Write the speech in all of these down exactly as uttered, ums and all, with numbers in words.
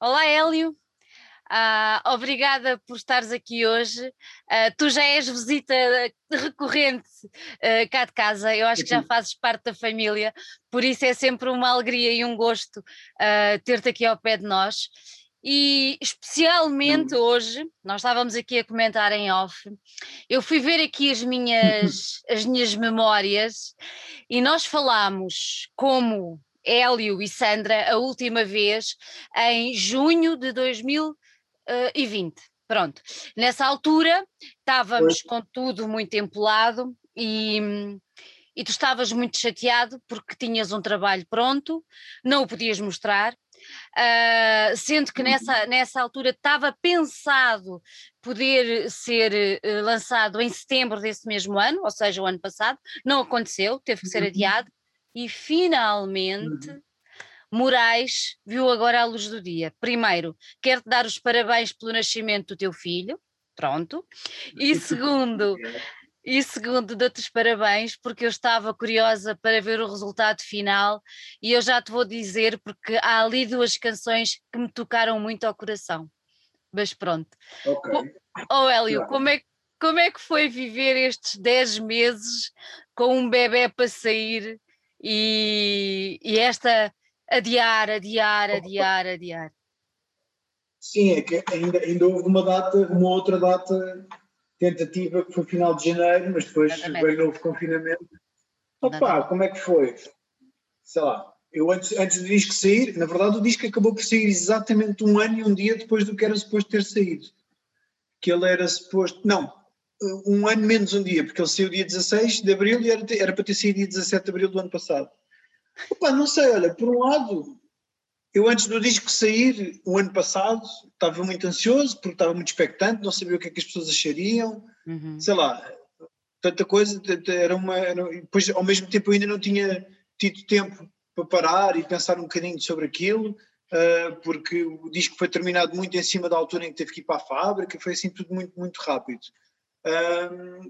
Olá, Hélio. Ah, obrigada por estares aqui hoje. Ah, tu já és visita recorrente ah, cá de casa, eu acho que já fazes parte da família, por isso é sempre uma alegria e um gosto ah, ter-te aqui ao pé de nós. E especialmente Não. hoje, nós estávamos aqui a comentar em off, eu fui ver aqui as minhas, as minhas memórias e nós falámos como Hélio e Sandra a última vez em junho de dois mil e vinte. Pronto, nessa altura Pois. estávamos com tudo muito empolado e, e tu estavas muito chateado porque tinhas um trabalho pronto, não o podias mostrar, uh, sendo que nessa, nessa altura estava pensado poder ser uh, lançado em setembro desse mesmo ano, ou seja, o ano passado, não aconteceu, teve que ser adiado e finalmente Moraes viu agora a luz do dia. Primeiro, quero-te dar os parabéns pelo nascimento do teu filho, pronto. E segundo, e segundo, dou-te os parabéns porque eu estava curiosa para ver o resultado final e eu já te vou dizer porque há ali duas canções que me tocaram muito ao coração. Mas pronto. Ok. Oh Hélio, Já. como é, como é que foi viver estes dez meses com um bebé para sair e, e esta adiar, adiar, adiar, adiar? Sim, é que ainda, ainda houve uma data, uma outra data tentativa que foi final de janeiro, mas depois Exatamente. veio o novo confinamento. Opa, Exatamente. como é que foi? Sei lá, eu antes, antes do disco sair, na verdade o disco acabou por sair exatamente um ano e um dia depois do que era suposto ter saído. Que ele era suposto, não, um ano menos um dia, porque ele saiu dia dezasseis de abril e era, era para ter saído dia dezassete de abril do ano passado. Opa, não sei, olha, por um lado, eu antes do disco sair, o ano passado, estava muito ansioso, porque estava muito expectante, não sabia o que é que as pessoas achariam, Uhum. sei lá, tanta coisa, era uma, era, depois ao mesmo tempo eu ainda não tinha tido tempo para parar e pensar um bocadinho sobre aquilo, uh, porque o disco foi terminado muito em cima da altura em que teve que ir para a fábrica, foi assim tudo muito, muito rápido. Um,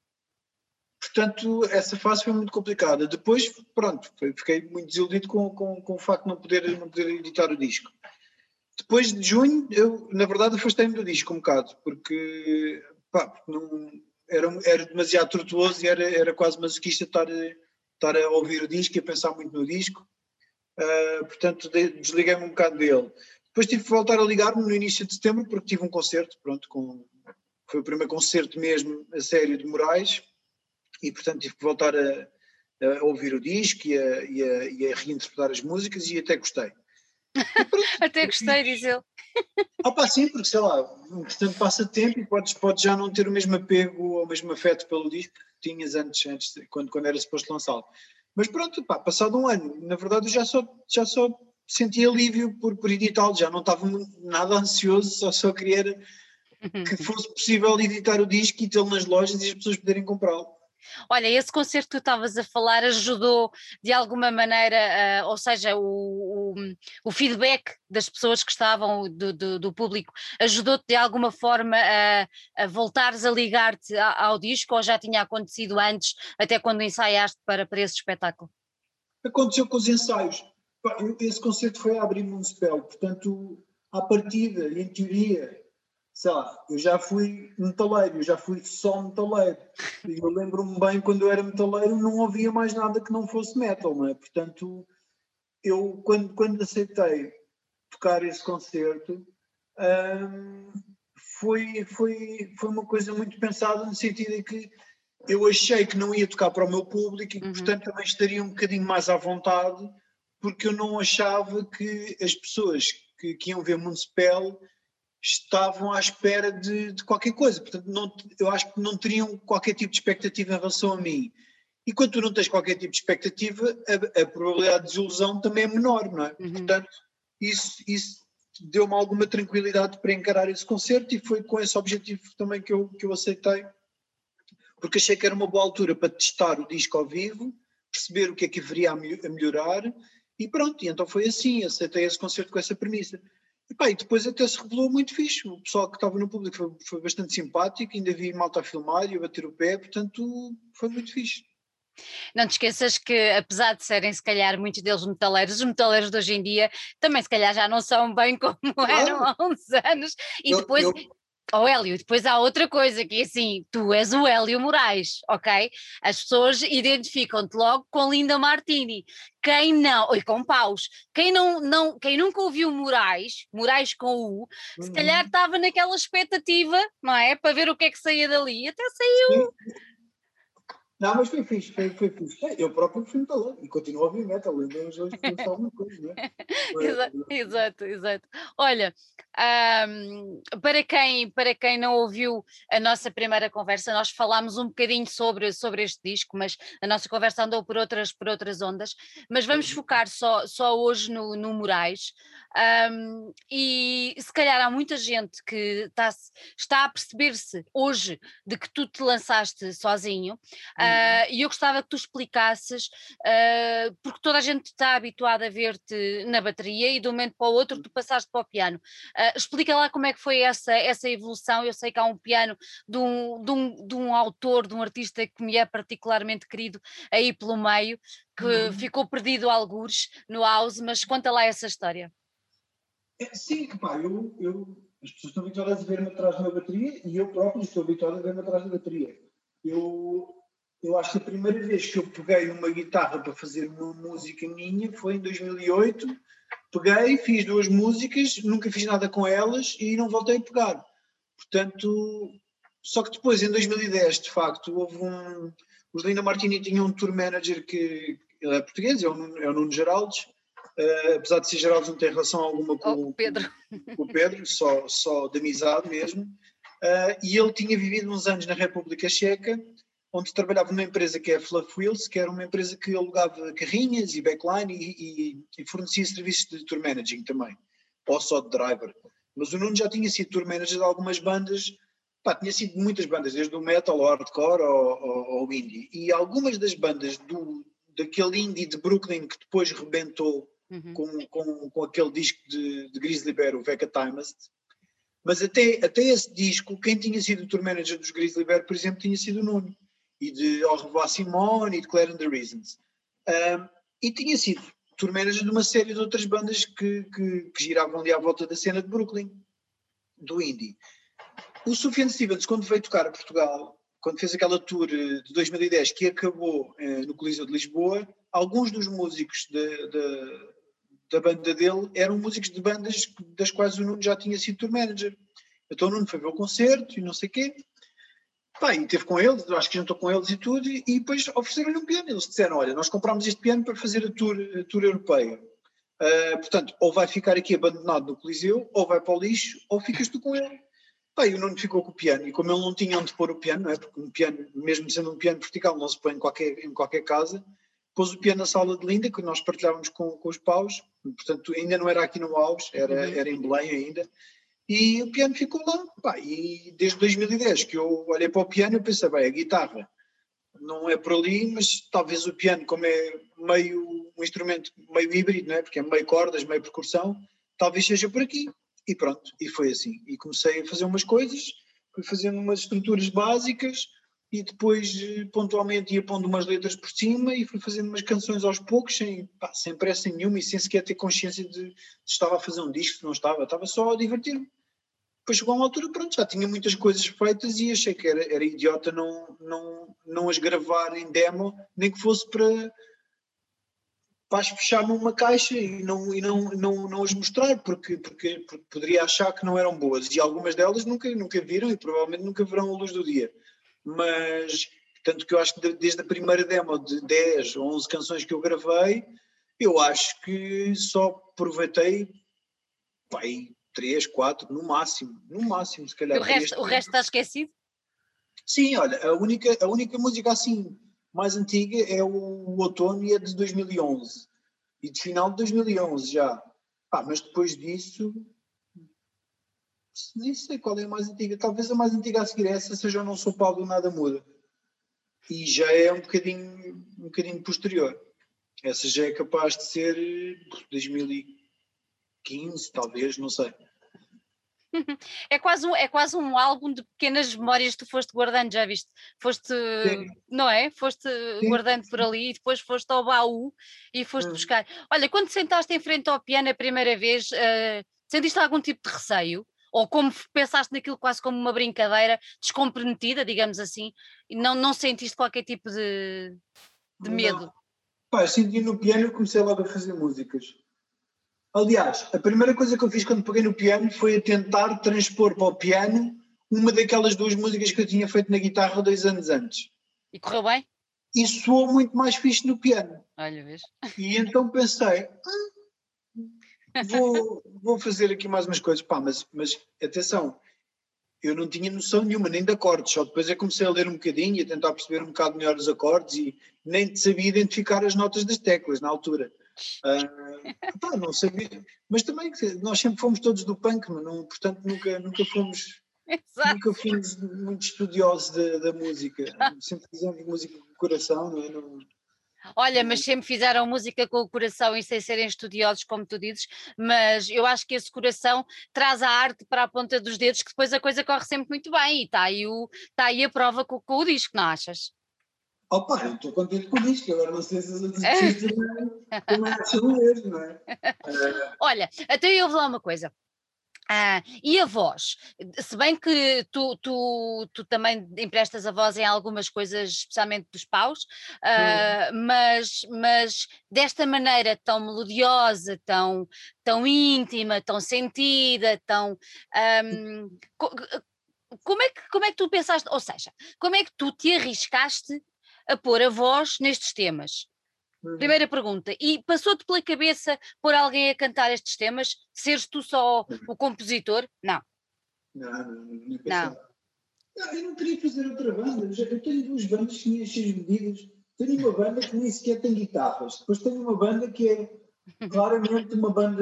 Portanto, essa fase foi muito complicada. Depois, pronto, fiquei muito desiludido com, com, com o facto de não poder, não poder editar o disco. Depois de junho, eu, na verdade, afastei-me do disco um bocado, porque pá, não, era, era demasiado tortuoso e era, era quase masoquista estar, estar a ouvir o disco e a pensar muito no disco. Uh, portanto, de, desliguei-me um bocado dele. Depois tive que voltar a ligar-me no início de setembro, porque tive um concerto, pronto, com, foi o primeiro concerto mesmo a sério de Moraes, e portanto tive que voltar a, a ouvir o disco e a, e, a, e a reinterpretar as músicas e até gostei. E pronto, Até depois, gostei, diz ele. ah pá, sim, porque sei lá, portanto passa tempo e podes, podes já não ter o mesmo apego ou o mesmo afeto pelo disco que tinhas antes, antes quando, quando era suposto lançá-lo. Mas pronto, pá, passado um ano, na verdade eu já só, já só senti alívio por, por editá-lo, já não estava nada ansioso, só, só queria que fosse possível editar o disco e tê-lo nas lojas e as pessoas poderem comprá-lo. Olha, esse concerto que tu estavas a falar ajudou de alguma maneira, uh, ou seja, o, o, o, feedback das pessoas que estavam, do, do, do público, ajudou-te de alguma forma a, a voltares a ligar-te ao, ao disco ou já tinha acontecido antes, até quando ensaiaste para, para esse espetáculo? Aconteceu com os ensaios. Esse concerto foi a abrir Municipal, portanto, à partida, em teoria, sei lá, eu já fui metaleiro, eu já fui só metaleiro. E eu lembro-me bem, quando eu era metaleiro, não havia mais nada que não fosse metal, não é? Portanto, eu, quando, quando aceitei tocar esse concerto, hum, foi, foi, foi uma coisa muito pensada, no sentido em que eu achei que não ia tocar para o meu público e que, Uhum. portanto, também estaria um bocadinho mais à vontade, porque eu não achava que as pessoas que, que iam ver Municipal estavam à espera de, de qualquer coisa. Portanto, não, eu acho que não teriam qualquer tipo de expectativa em relação a mim. E quando tu não tens qualquer tipo de expectativa, a, a probabilidade de desilusão também é menor, não é? Uhum. Portanto, isso, isso deu-me alguma tranquilidade para encarar esse concerto e foi com esse objetivo também que eu, que eu aceitei, porque achei que era uma boa altura para testar o disco ao vivo, perceber o que é que haveria a melhorar e pronto, e então foi assim, aceitei esse concerto com essa premissa. E, pá, e depois até se revelou muito fixe, o pessoal que estava no público foi, foi bastante simpático, ainda vi malta a filmar e a bater o pé, portanto foi muito fixe. Não te esqueças que, apesar de serem se calhar muitos deles metaleiros, os metaleiros de hoje em dia também se calhar já não são bem como eram Claro, há uns anos. E eu, depois, eu, oh Hélio, depois há outra coisa que é assim, tu és o Hélio Moraes, ok? As pessoas identificam-te logo com Linda Martini. Quem não, e com Paus, quem, não, não, quem nunca ouviu Moraes, Moraes com U, se calhar uhum, estava naquela expectativa, não é? Para ver o que é que saía dali. Até saiu. sim. Não, mas foi fixe, foi, foi fixe. Eu próprio fui metalero e continuo a ouvir metal, ainda hoje hoje ouço alguma coisa, não é? Exa- Mas, Exato, exato. Olha, ahm, para quem, para quem não ouviu a nossa primeira conversa, nós falámos um bocadinho sobre, sobre este disco, mas a nossa conversa andou por outras, por outras ondas, mas vamos uhum, focar só, só hoje no, no Moraes. Ahm, e se calhar há muita gente que está, está a perceber-se hoje de que tu te lançaste sozinho, uhum, ah, e eu gostava que tu explicasses, ah, porque toda a gente está habituada a ver-te na bateria e de um momento para o outro tu passaste para o piano. Ah, explica lá como é que foi essa, essa evolução. Eu sei que há um piano de um, de, um, de um autor, de um artista que me é particularmente querido aí pelo meio, que uhum. ficou perdido algures no house, mas conta lá essa história. É, sim, pá, eu, eu, as pessoas estão habituadas a ver-me atrás de uma bateria e eu próprio estou habituado a ver-me atrás da bateria. Eu, eu acho que a primeira vez que eu peguei uma guitarra para fazer uma música minha foi em dois mil e oito. Peguei, fiz duas músicas, nunca fiz nada com elas e não voltei a pegar. Portanto, só que depois, em dois mil e dez, de facto, houve um. Os Linda Martini tinham um tour manager que ele é português, é o Nuno, é o Nuno Geraldes. Uh, apesar de ser Geraldes, não tem relação alguma Oh, com, com, Pedro. com o Pedro, só, só de amizade mesmo. Uh, e ele tinha vivido uns anos na República Checa, onde trabalhava numa empresa que é a Fluff Wheels, que era uma empresa que alugava carrinhas e backline e, e, e fornecia serviços de tour managing também, ou só de driver. Mas o Nuno já tinha sido tour manager de algumas bandas, pá, tinha sido de muitas bandas, desde o metal ao hardcore ao, ao, ao indie. E algumas das bandas do, daquele indie de Brooklyn que depois rebentou Uhum. com, com, com aquele disco de, de Grizzly Bear, o Vega Timest. Mas até, até esse disco, quem tinha sido o tour manager dos Grizzly Bear, por exemplo, tinha sido o Nuno. E de Au revoir Simone e de Claire and the Reasons. Um, e tinha sido tour manager de uma série de outras bandas que, que, que giravam ali à volta da cena de Brooklyn, do indie. O Sufjan Stevens, quando veio tocar a Portugal, quando fez aquela tour de dois mil e dez que acabou eh, no Coliseu de Lisboa, alguns dos músicos de, de, da banda dele eram músicos de bandas das quais o Nuno já tinha sido tour manager. Então o Nuno foi ver o concerto e não sei o quê. Pá, e teve com eles, acho que jantou com eles e tudo, e, e depois ofereceram-lhe um piano. Eles disseram, olha, nós comprámos este piano para fazer a tour, a tour europeia. Uh, portanto, ou vai ficar aqui abandonado no Coliseu, ou vai para o lixo, ou ficas tu com ele. Pá, e o Nuno ficou com o piano, e como ele não tinha onde pôr o piano, não é? Porque um piano, mesmo sendo um piano vertical, não se põe em qualquer, em qualquer casa, pôs o piano na sala de Linda, que nós partilhávamos com, com os paus, portanto ainda não era aqui no Alves, era, Uhum. era em Belém ainda, e o piano ficou lá. Pá, e desde dois mil e dez que eu olhei para o piano, eu pensei, bem, a guitarra não é por ali, mas talvez o piano, como é meio um instrumento meio híbrido, não é? Porque é meio cordas, meio percussão, talvez seja por aqui. E pronto, e foi assim. E comecei a fazer umas coisas, fui fazendo umas estruturas básicas e depois pontualmente ia pondo umas letras por cima e fui fazendo umas canções aos poucos, sem, pá, sem pressa nenhuma e sem sequer ter consciência de se estava a fazer um disco, se não estava, estava só a divertir-me. Depois chegou a uma altura, pronto, já tinha muitas coisas feitas e achei que era, era idiota não, não, não as gravar em demo, nem que fosse para, para as fechar numa caixa e não, e não, não, não as mostrar, porque, porque, porque poderia achar que não eram boas. E algumas delas nunca, nunca viram e provavelmente nunca verão a luz do dia. Mas, tanto que eu acho que desde a primeira demo de dez ou onze canções que eu gravei, eu acho que só aproveitei, pá, três, quatro, no máximo, no máximo, se E o calhar três. resto, o resto está esquecido? Sim, olha, a única, a única música assim mais antiga é o, o Outono e é de dois mil e onze. E de final de dois mil e onze já. Ah, mas depois disso, nem sei qual é a mais antiga. Talvez a mais antiga a seguir a essa seja o Não Sou Pablo Nada Muda. E já é um bocadinho, um bocadinho posterior. Essa já é capaz de ser dois mil e quinze, talvez, não sei. É quase, um, é quase um álbum de pequenas memórias que tu foste guardando, já viste? Foste, Sim, não é? Foste sim, guardando por sim. ali e depois foste ao baú e foste Hum. buscar. Olha, quando sentaste em frente ao piano a primeira vez, eh, sentiste algum tipo de receio? Ou como f- pensaste naquilo quase como uma brincadeira descomprometida, digamos assim, e não, não sentiste qualquer tipo de, de Não. medo? Pá, eu senti no piano e comecei logo a fazer músicas. Aliás, a primeira coisa que eu fiz quando peguei no piano foi a tentar transpor para o piano uma daquelas duas músicas que eu tinha feito na guitarra dois anos antes. E correu bem? E soou muito mais fixe no piano. Olha, vês? E então pensei, vou, vou fazer aqui mais umas coisas. Pá, mas, mas atenção, eu não tinha noção nenhuma, nem de acordes. Só depois é que comecei a ler um bocadinho e a tentar perceber um bocado melhor os acordes e nem sabia identificar as notas das teclas na altura. Uh, pá, não sabia. Mas também nós sempre fomos todos do punk, mas não, portanto nunca, nunca fomos nunca Exato. fomos muito estudiosos da, da música. Sempre fizemos música com coração, não é? Não, Olha, mas não, sempre fizeram música com o coração e sem serem estudiosos, como tu dizes, mas eu acho que esse coração traz a arte para a ponta dos dedos, que depois a coisa corre sempre muito bem, e está aí, o, tá aí a prova com, com o disco, não achas? opa, eu estou contente com isto, agora não sei se as outras pessoas também, também acham o mesmo, não é? Uh, Olha, até eu vou lá uma coisa. Ah, e a voz? Se bem que tu, tu, tu também emprestas a voz em algumas coisas, especialmente dos paus, hum, ah, mas, mas desta maneira tão melodiosa, tão, tão íntima, tão sentida, tão. ahm, co- como é que, como é que tu pensaste? Ou seja, como é que tu te arriscaste a pôr a voz nestes temas? hum, Primeira pergunta. E passou-te pela cabeça pôr alguém a cantar estes temas? Seres tu só o compositor? Não, não, não, não, nem não. pensar. Não, eu não queria fazer outra banda. Eu, já, eu tenho duas bandas que tinham seis medidas. Tenho uma banda que nem sequer tem guitarras. Depois tenho uma banda que é claramente uma banda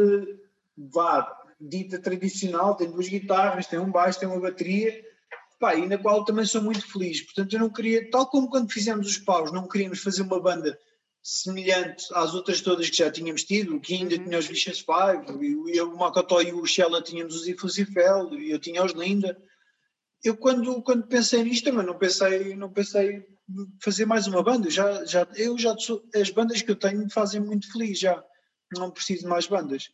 vá, dita tradicional, tem duas guitarras, tem um baixo, tem uma bateria, pá, e na qual também sou muito feliz. Portanto, eu não queria, tal como quando fizemos os paus, não queríamos fazer uma banda semelhante às outras todas que já tínhamos tido, que ainda Uhum, tinha os Vicious Five, e eu, o Macotó e o Shella tínhamos os Ifusifel, e eu tinha os Linda. Eu quando, quando pensei nisto também não pensei, não pensei fazer mais uma banda, já, já, eu já sou, as bandas que eu tenho me fazem muito feliz já, não preciso de mais bandas.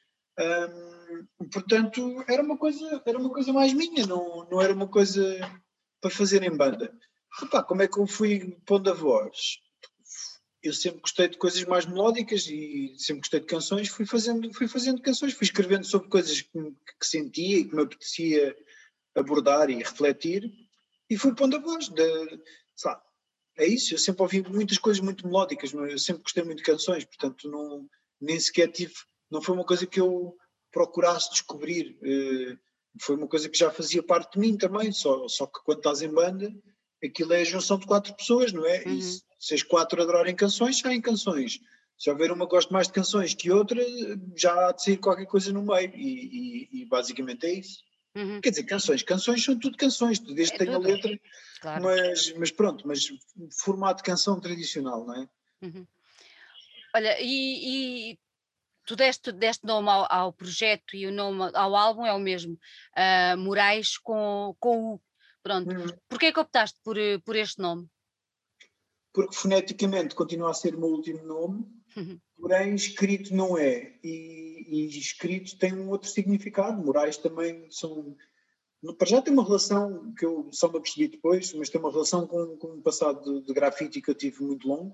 Hum, portanto, era uma coisa, era uma coisa mais minha, não, não era uma coisa para fazer em banda. Epá, como é que eu fui pondo a voz? Eu sempre gostei de coisas mais melódicas e sempre gostei de canções, fui fazendo, fui fazendo canções, fui escrevendo sobre coisas que, que sentia e que me apetecia abordar e refletir, e fui pondo a voz. De, sabe, é isso, eu sempre ouvi muitas coisas muito melódicas, mas eu sempre gostei muito de canções, portanto não, nem sequer tive, não foi uma coisa que eu procurasse descobrir, eh, foi uma coisa que já fazia parte de mim também, só, só que quando estás em banda, aquilo é a junção de quatro pessoas, não é? E uhum. se, se as quatro adorarem canções, saem canções. Se houver uma que goste mais de canções que outra, já há de sair qualquer coisa no meio, e, e, e basicamente é isso. Uhum. Quer dizer, canções, canções são tudo canções, desde É que tenha tudo, letra, claro. mas, mas pronto, mas formato de canção tradicional, não é? Uhum. Olha, e, e tu deste, deste nome ao, ao projeto e o nome ao álbum é o mesmo, ah, Moraes com, com o. Pronto. Hum. Porquê é que optaste por, eh, por este nome? Porque foneticamente continua a ser o meu último nome, porém escrito não é. E, e escrito tem um outro significado. Moraes também são. Para já tem uma relação que eu só me apercebi depois, mas tem uma relação com, com um passado de, de grafite que eu tive muito longo.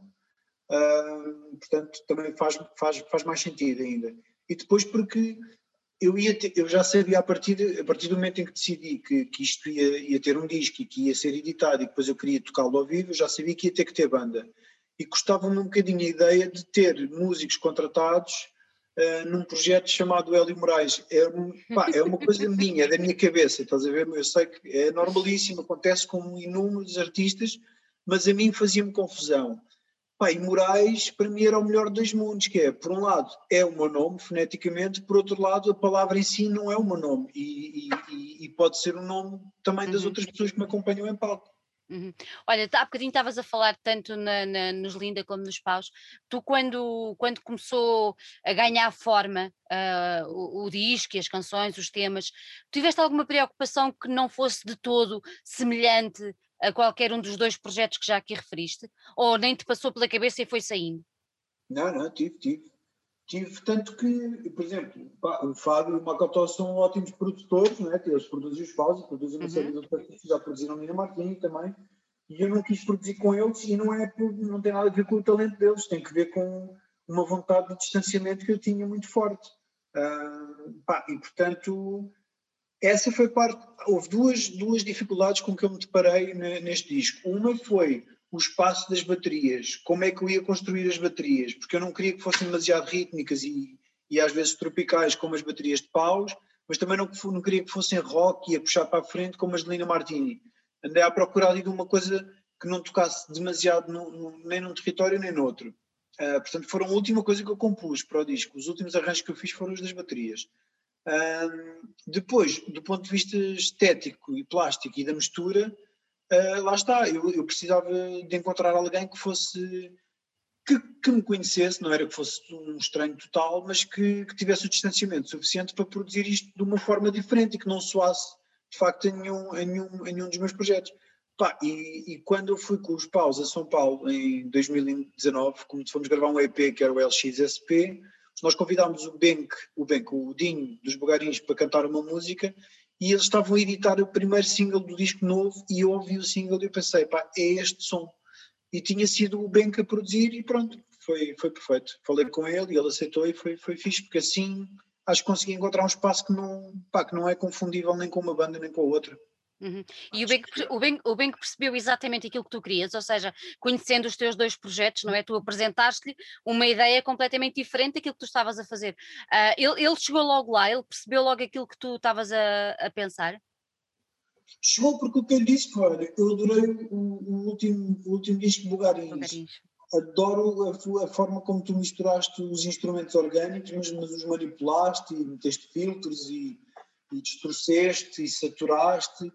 Uh, portanto, também faz, faz, faz mais sentido ainda. E depois porque eu, ia ter, eu já sabia a partir, a partir do momento em que decidi que, que isto ia, ia ter um disco e que ia ser editado e depois eu queria tocá-lo ao vivo, eu já sabia que ia ter que ter banda. E gostava-me um bocadinho a ideia de ter músicos contratados uh, num projeto chamado Hélio Moraes. É, um, pá, é uma coisa minha, é da minha cabeça, estás a ver? Eu sei que é normalíssimo, acontece com inúmeros artistas, mas a mim fazia-me confusão. Pá, e Moraes, para mim, era o melhor dos mundos, que é, por um lado, é o meu nome, foneticamente, por outro lado, a palavra em si não é o meu nome, e, e, e pode ser o nome também das Uhum. outras pessoas que me acompanham em palco. Uhum. Olha, tá- há bocadinho estavas a falar tanto na, na- nos Linda como nos Paus. Tu, quando, quando começou a ganhar forma, ah, o, o disco e as canções, os temas, tiveste alguma preocupação que não fosse de todo semelhante a qualquer um dos dois projetos que já aqui referiste? Ou nem te passou pela cabeça e foi saindo? Não, não, tive, tive. Tive tanto que, por exemplo, pá, o Fábio e o Macotó são ótimos produtores, não é? Que eles produzem os paus e produzem uma série Uhum. de outros artistas, já produziram a Nina Martini também, e eu não quis produzir com eles e não, é por, não tem nada a ver com o talento deles, tem que ver com uma vontade de distanciamento que eu tinha muito forte. Ah, pá, e portanto, essa foi parte. Houve duas, duas dificuldades com que eu me deparei neste disco. Uma foi o espaço das baterias, como é que eu ia construir as baterias, porque eu não queria que fossem demasiado rítmicas e, e às vezes tropicais, como as baterias de paus, mas também não, não queria que fossem rock e a puxar para a frente, como as de Lina Martini. Andei à procura ali de uma coisa que não tocasse demasiado no, no, nem num território nem no outro. Uh, portanto, foram a última coisa que eu compus para o disco. Os últimos arranjos que eu fiz foram os das baterias. Um, depois, do ponto de vista estético e plástico e da mistura, uh, lá está, eu, eu, precisava de encontrar alguém que fosse, que, que, me conhecesse, não era que fosse um estranho total, mas que, que tivesse o distanciamento suficiente para produzir isto de uma forma diferente e que não soasse, de facto, em nenhum, em nenhum, em nenhum dos meus projetos. Pá, e, e quando eu fui com os Paus a São Paulo em dois mil e dezanove, como fomos gravar um E P que era o L X S P, nós convidámos o Benk, o Benk, o Dinho dos Bugarins para cantar uma música e eles estavam a editar o primeiro single do disco novo e eu ouvi o single e eu pensei, pá, é este som. E tinha sido o Benk a produzir e pronto, foi, foi perfeito. Falei com ele e ele aceitou e foi, foi fixe, porque assim acho que consegui encontrar um espaço que não, pá, que não é confundível nem com uma banda nem com a outra. Uhum. E o bem, que, o, bem, o bem que percebeu exatamente aquilo que tu querias, ou seja, conhecendo os teus dois projetos, não é? Tu apresentaste-lhe uma ideia completamente diferente daquilo que tu estavas a fazer. Uh, ele, ele chegou logo lá, ele percebeu logo aquilo que tu estavas a, a pensar? Chegou porque o que eu disse, olha, eu adorei o, o, último, o último disco de Bugarins. Devagarinho. Adoro a, a forma como tu misturaste os instrumentos orgânicos, mas, mas os manipulaste e meteste filtros e, e distorceste e saturaste.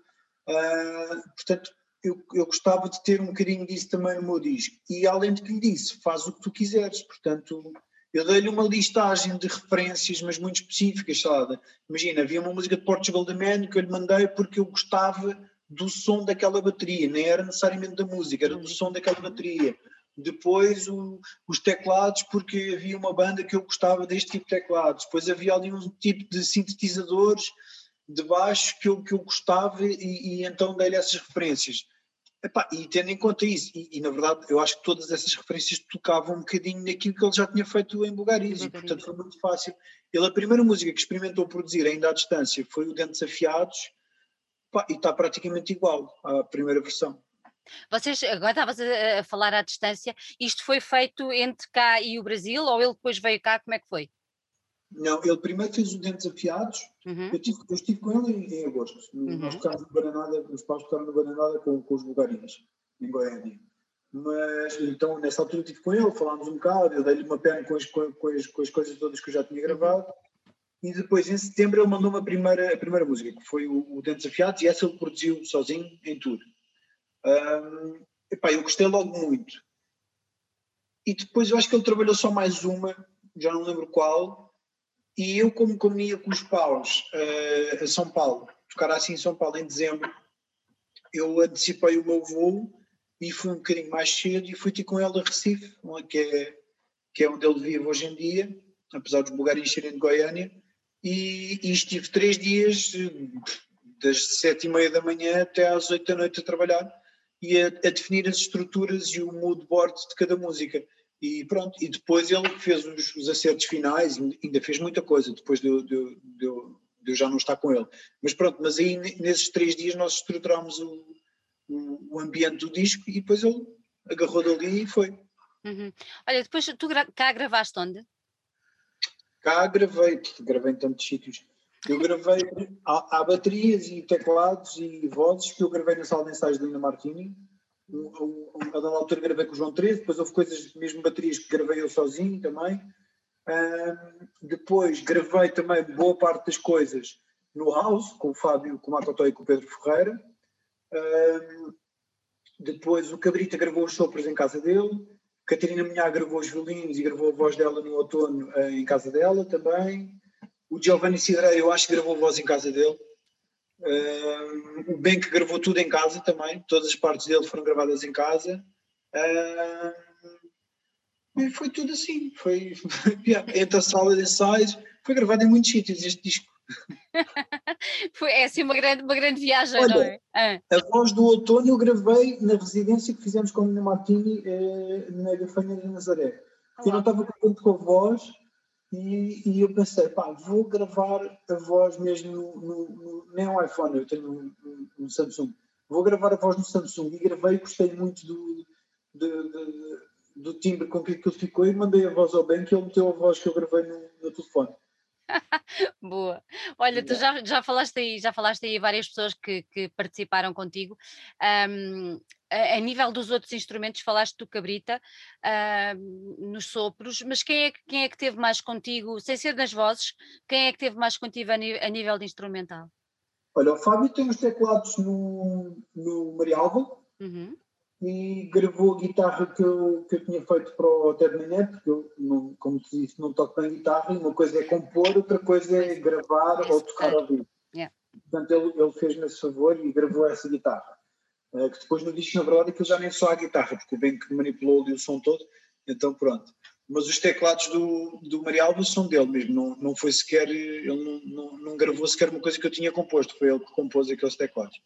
Uh, portanto, eu, eu gostava de ter um bocadinho disso também no meu disco. E além de que lhe disse, faz o que tu quiseres. Portanto, eu dei-lhe uma listagem de referências, mas muito específicas, sabe? Imagina, havia uma música de Portugal The Man que eu lhe mandei porque eu gostava do som daquela bateria, nem era necessariamente da música, era do som daquela bateria. Depois o, os teclados, porque havia uma banda que eu gostava deste tipo de teclados. Depois havia ali um tipo de sintetizadores de baixo que eu, que eu gostava e, e então dei-lhe essas referências. Epá, e tendo em conta isso, e, e na verdade eu acho que todas essas referências tocavam um bocadinho naquilo que ele já tinha feito em Bulgaris e portanto foi muito fácil. Ele, a primeira música que experimentou produzir ainda à distância foi o Dentes Afiados, epá, e está praticamente igual à primeira versão. Vocês, agora estavas a, a falar à distância, isto foi feito entre cá e o Brasil ou ele depois veio cá, como é que foi? Não, ele primeiro fez os Dentes Afiados, Uhum. eu, tive, eu estive com ele em, em agosto, nós Uhum. tocámos no Bananada, os pais tocaram no Bananada com, com os Bulgarinhos, em Goiânia. Mas então nessa altura estive com ele, falámos um bocado, eu dei-lhe uma perna com as, com, com, as, com as coisas todas que eu já tinha gravado, uhum. E depois em setembro ele mandou-me a primeira, a primeira música, que foi o, o Dentes Afiados, e essa ele produziu sozinho em tudo. Um, epá, eu gostei logo muito. E depois eu acho que ele trabalhou só mais uma, já não lembro qual, e eu como, como ia com os paus uh, a São Paulo, tocar assim em São Paulo em dezembro, eu antecipei o meu voo e fui um bocadinho mais cedo e fui ter com ele a Recife, que é, que é onde ele vive hoje em dia, apesar dos bulgarinhos serem de Goiânia, e, e estive três dias, das sete e meia da manhã até às oito da noite a trabalhar e a, a definir as estruturas e o mood board de cada música. E pronto, e depois ele fez os, os acertos finais, ainda fez muita coisa depois de eu, de, de, de eu já não estar com ele. Mas pronto, mas aí nesses três dias nós estruturámos o, o, o ambiente do disco e depois ele agarrou dali e foi. Uhum. Olha, depois tu gra cá gravaste onde? Cá gravei, gravei em tantos sítios. Eu gravei, há, há baterias e teclados e vozes que eu gravei na sala de ensaios de Lina Martini. Um, um, um, a dada altura gravei com o João treze, depois houve coisas, mesmo baterias que gravei eu sozinho também. Um, depois gravei também boa parte das coisas no House, com o Fábio, com o Macotó e com o Pedro Ferreira. Um, Depois o Cabrita gravou os sopros em casa dele, Catarina Munhá gravou os violinos e gravou a voz dela no outono em casa dela também. O Giovanni Cidreira, eu acho que gravou a voz em casa dele. Uh, o Ben que gravou tudo em casa também, todas as partes dele foram gravadas em casa. Uh, e foi tudo assim, foi entre a sala de ensaios, foi gravado em muitos sítios este disco. Foi é assim uma grande, uma grande viagem. Olha, não é? Ah. A voz do outono eu gravei na residência que fizemos com a Nina Martini eh, na Gafanha de Nazaré. Porque eu não estava contente com a voz e, e eu pensei, pá, vou gravar a voz mesmo no, no, no nem um iPhone, eu tenho um, um, um Samsung. Vou gravar a voz no Samsung e gravei, gostei muito do, do, do, do timbre com que aquilo ficou e mandei a voz ao Ben que ele meteu a voz que eu gravei no, no telefone. Boa. Olha, tu já, já falaste aí, já falaste aí várias pessoas que, que participaram contigo. Um, a, a nível dos outros instrumentos, falaste do Cabrita, um, nos sopros, mas quem é, que- quem é que teve mais contigo, sem ser nas vozes, quem é que teve mais contigo a, ni- a nível de instrumental? Olha, o Fábio tem os teclados no, no Marialva. Uhum. E gravou a guitarra que eu, que eu tinha feito para o Ted Mané, porque eu, não, como te disse, não toco bem guitarra, e uma coisa é compor, outra coisa é gravar ou tocar ao vivo. Yeah. Portanto, ele, ele fez-me esse favor e gravou essa guitarra. Uh, que depois no disco, na verdade, aquilo já nem só a guitarra, porque o Ben que manipulou ali o som todo, então pronto. Mas os teclados do, do Marialva são dele mesmo, não, não foi sequer, ele não, não, não gravou sequer uma coisa que eu tinha composto, foi ele que compôs aqueles teclados.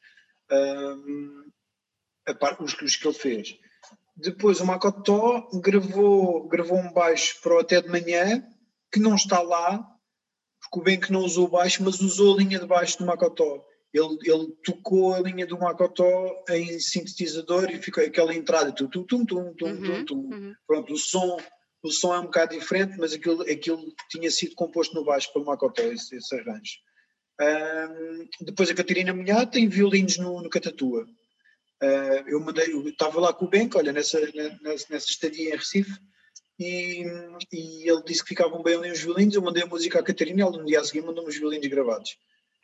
Um, A par, os, os que ele fez. Depois o Macotó gravou, gravou um baixo para o Até de Manhã, que não está lá, porque o Ben que não usou o baixo, mas usou a linha de baixo do Macotó. Ele, ele tocou a linha do Macotó em sintetizador e ficou aquela entrada, tum, tum, tum, tum, tum, Uhum, tum. uhum. Pronto, o som, o som é um bocado diferente, mas aquilo, aquilo tinha sido composto no baixo pelo Macotó, esse, esse arranjo. Um, depois a Catarina Munhá tem violinos no, no Catatua. Uh, eu mandei, eu estava lá com o Benco, olha, nessa, nessa, nessa estadia em Recife, e, e ele disse que ficavam bem ali os violinos. Eu mandei a música à Catarina, ela no dia a seguir mandou-me os violinos gravados.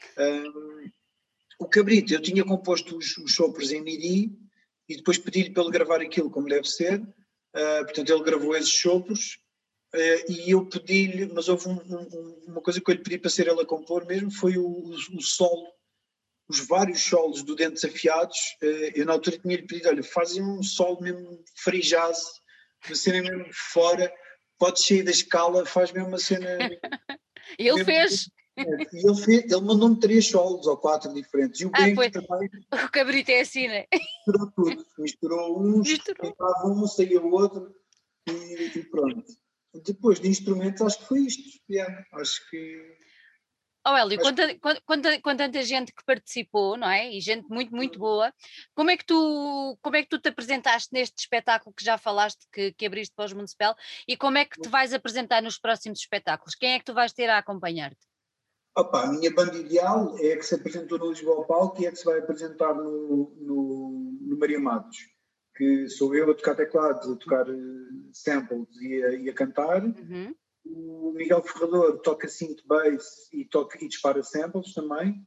Um, o Cabrito, eu tinha composto os, os sopros em MIDI e depois pedi-lhe para ele gravar aquilo como deve ser. Uh, portanto, ele gravou esses sopros uh, e eu pedi-lhe, mas houve um, um, uma coisa que eu lhe pedi para ser ele a compor mesmo, foi o, o, o solo. Os vários solos do Dentes Afiados, eu na altura tinha-lhe pedido, olha, fazem um solo mesmo free jazz, uma cena mesmo fora, pode sair da escala, faz mesmo uma cena... E ele mesmo, fez. E ele, fez, ele mandou-me três solos ou quatro diferentes, e o Ah, Ben foi. também O Cabrito é assim, né? misturou tudo, misturou uns, Misturou. entrava um, saía o outro, e, e pronto. Depois de instrumentos, acho que foi isto, yeah, acho que... Oh, Hélio, acho com, ta- com, com ta- com tanta gente que participou, não é? E gente muito, muito boa, como é que tu, como é que tu te apresentaste neste espetáculo que já falaste, que, que abriste para os Municipal, e como é que te vais apresentar nos próximos espetáculos? Quem é que tu vais ter a acompanhar-te? Opa, a minha banda ideal é a que se apresentou no Lisboa Palco e é a que se vai apresentar no, no, no Maria Matos, que sou eu a tocar teclados, a tocar uh, samples e a, e a cantar. Uhum. O Miguel Ferrador toca synth bass e, toca, e dispara samples também.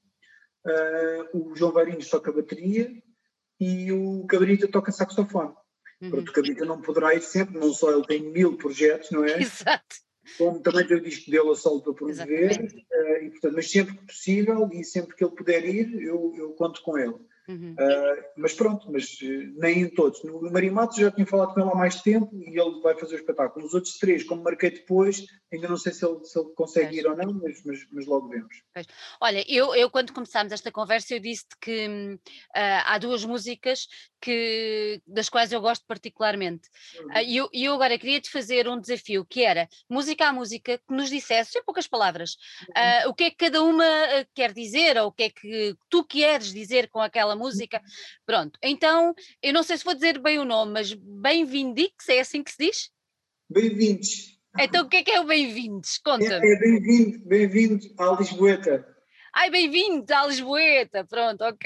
Uh, o João Varinhos toca bateria e o Cabrita toca saxofone. Uhum. Pronto, o Cabrita não poderá ir sempre, não só ele tem mil projetos, não é? Exato. Como também tem o disco dele a solo para promover, uh, e, portanto, mas sempre que possível e sempre que ele puder ir, eu, eu conto com ele. Uhum. Uh, mas pronto, mas uh, nem em todos. No, no Maria Matos já tinha falado com ele há mais tempo e ele vai fazer o espetáculo. Os outros três, como marquei depois, ainda não sei se ele, se ele consegue Pois. ir ou não, mas, mas, mas logo vemos. Pois. Olha, eu, eu quando começámos esta conversa eu disse-te que hum, ah, há duas músicas que, das quais eu gosto particularmente. Ah, E eu, e eu agora queria te fazer um desafio, que era música a música, que nos dissesse, em poucas palavras, ah, o que é que cada uma ah, quer dizer, ou o que é que tu queres dizer com aquela música. Pronto, então, eu não sei se vou dizer bem o nome, mas Bem-vindix, é assim que se diz? Bem-vindos. Então o que é que é o Bem-vindos? É, Conta-me. é bem-vindo, bem-vindo à Lisboeta. Ai, bem-vindos à Lisboeta, pronto, ok.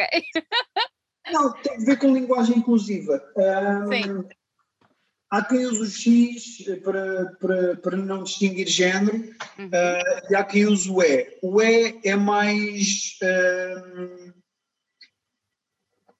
Não, tem a ver com linguagem inclusiva. Sim. Um, há quem use o X para, para, para não distinguir género, Uhum. uh, e há quem use o E. O E é mais... Um,